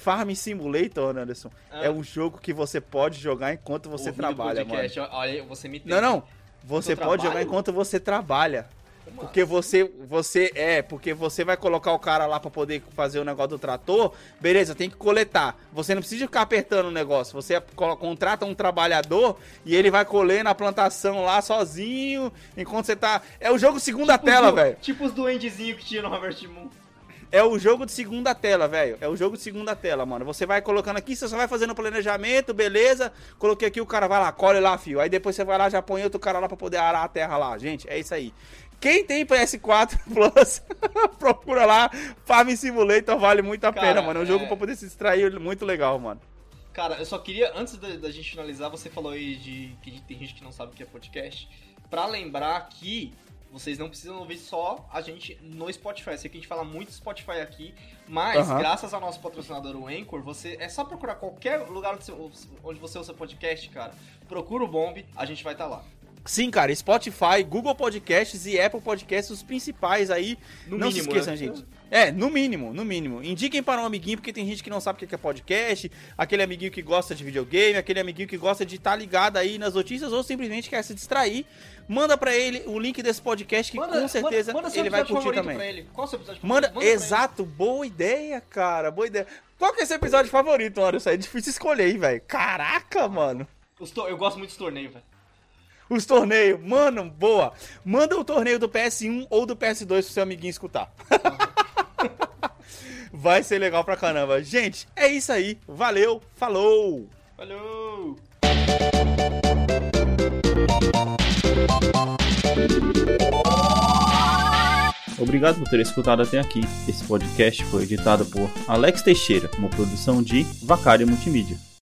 Speaker 1: Farm Simulator, Anderson,
Speaker 2: Ah.
Speaker 1: é um jogo que você pode jogar enquanto você
Speaker 2: Ouvindo
Speaker 1: trabalha,
Speaker 2: podcast,
Speaker 1: mano.
Speaker 2: Olha, você me tem.
Speaker 1: Não, não. Você
Speaker 2: Eu
Speaker 1: pode
Speaker 2: trabalho?
Speaker 1: jogar enquanto você trabalha.
Speaker 2: Como
Speaker 1: Porque
Speaker 2: assim?
Speaker 1: você, você é, porque você vai colocar o cara lá pra poder fazer o negócio do trator, beleza, tem que coletar. Você não precisa ficar apertando o negócio, você colo- contrata um trabalhador e ele vai colher na plantação lá sozinho, enquanto você tá... É o jogo segunda
Speaker 2: Tipo os
Speaker 1: tela,
Speaker 2: du-
Speaker 1: velho.
Speaker 2: Tipo os duendezinhos que tinha no Harvest Moon.
Speaker 1: É o jogo de segunda tela, velho. É o jogo de segunda tela, mano. Você vai colocando aqui, você só vai fazendo o planejamento, beleza. Coloquei aqui, o cara vai lá, colhe lá, fio. Aí depois você vai lá, já põe outro cara lá pra poder arar a terra lá. Gente, é isso aí. Quem tem P S quatro Plus, procura lá. Farm Simulator vale muito a
Speaker 2: Cara,
Speaker 1: pena, mano. É um jogo
Speaker 2: é-
Speaker 1: pra poder se distrair muito legal, mano.
Speaker 2: Cara, eu só queria, antes da, da gente finalizar, você falou aí de que tem gente que não sabe o que é podcast. Pra lembrar que vocês não precisam ouvir só a gente no Spotify. Eu sei que a gente fala muito Spotify aqui, mas
Speaker 1: Aham.
Speaker 2: graças ao nosso patrocinador, o Anchor, você é só procurar qualquer lugar onde você, onde você ouça podcast, cara. Procura o Bomb, a gente vai estar lá.
Speaker 1: Sim, cara, Spotify, Google Podcasts e Apple Podcasts, os principais aí.
Speaker 2: No
Speaker 1: não
Speaker 2: mínimo,
Speaker 1: se esqueçam,
Speaker 2: né?
Speaker 1: gente. É, no mínimo, no mínimo. Indiquem para um amiguinho, porque tem gente que não sabe o que é podcast, aquele amiguinho que gosta de videogame, aquele amiguinho que gosta de estar ligado aí nas notícias ou simplesmente quer se distrair. Manda pra ele o link desse podcast que com certeza
Speaker 2: manda, manda seu
Speaker 1: ele vai
Speaker 2: episódio
Speaker 1: curtir
Speaker 2: favorito
Speaker 1: também.
Speaker 2: pra ele. Qual é o seu episódio
Speaker 1: Manda,
Speaker 2: favorito? pra ele.
Speaker 1: exato, boa ideia, cara, boa ideia. Qual que é seu episódio favorito, Anderson? É difícil escolher, hein, velho. Caraca, mano.
Speaker 2: Os to- Eu gosto muito dos torneios, velho.
Speaker 1: Os torneios, mano, boa. Manda o torneio do P S um ou do P S dois pro seu amiguinho escutar. Vai ser legal pra caramba. Gente, é isso aí. Valeu, falou!
Speaker 2: Falou!
Speaker 3: Obrigado por ter escutado até aqui. Esse podcast foi editado por Alex Teixeira, uma produção de Vacária Multimídia.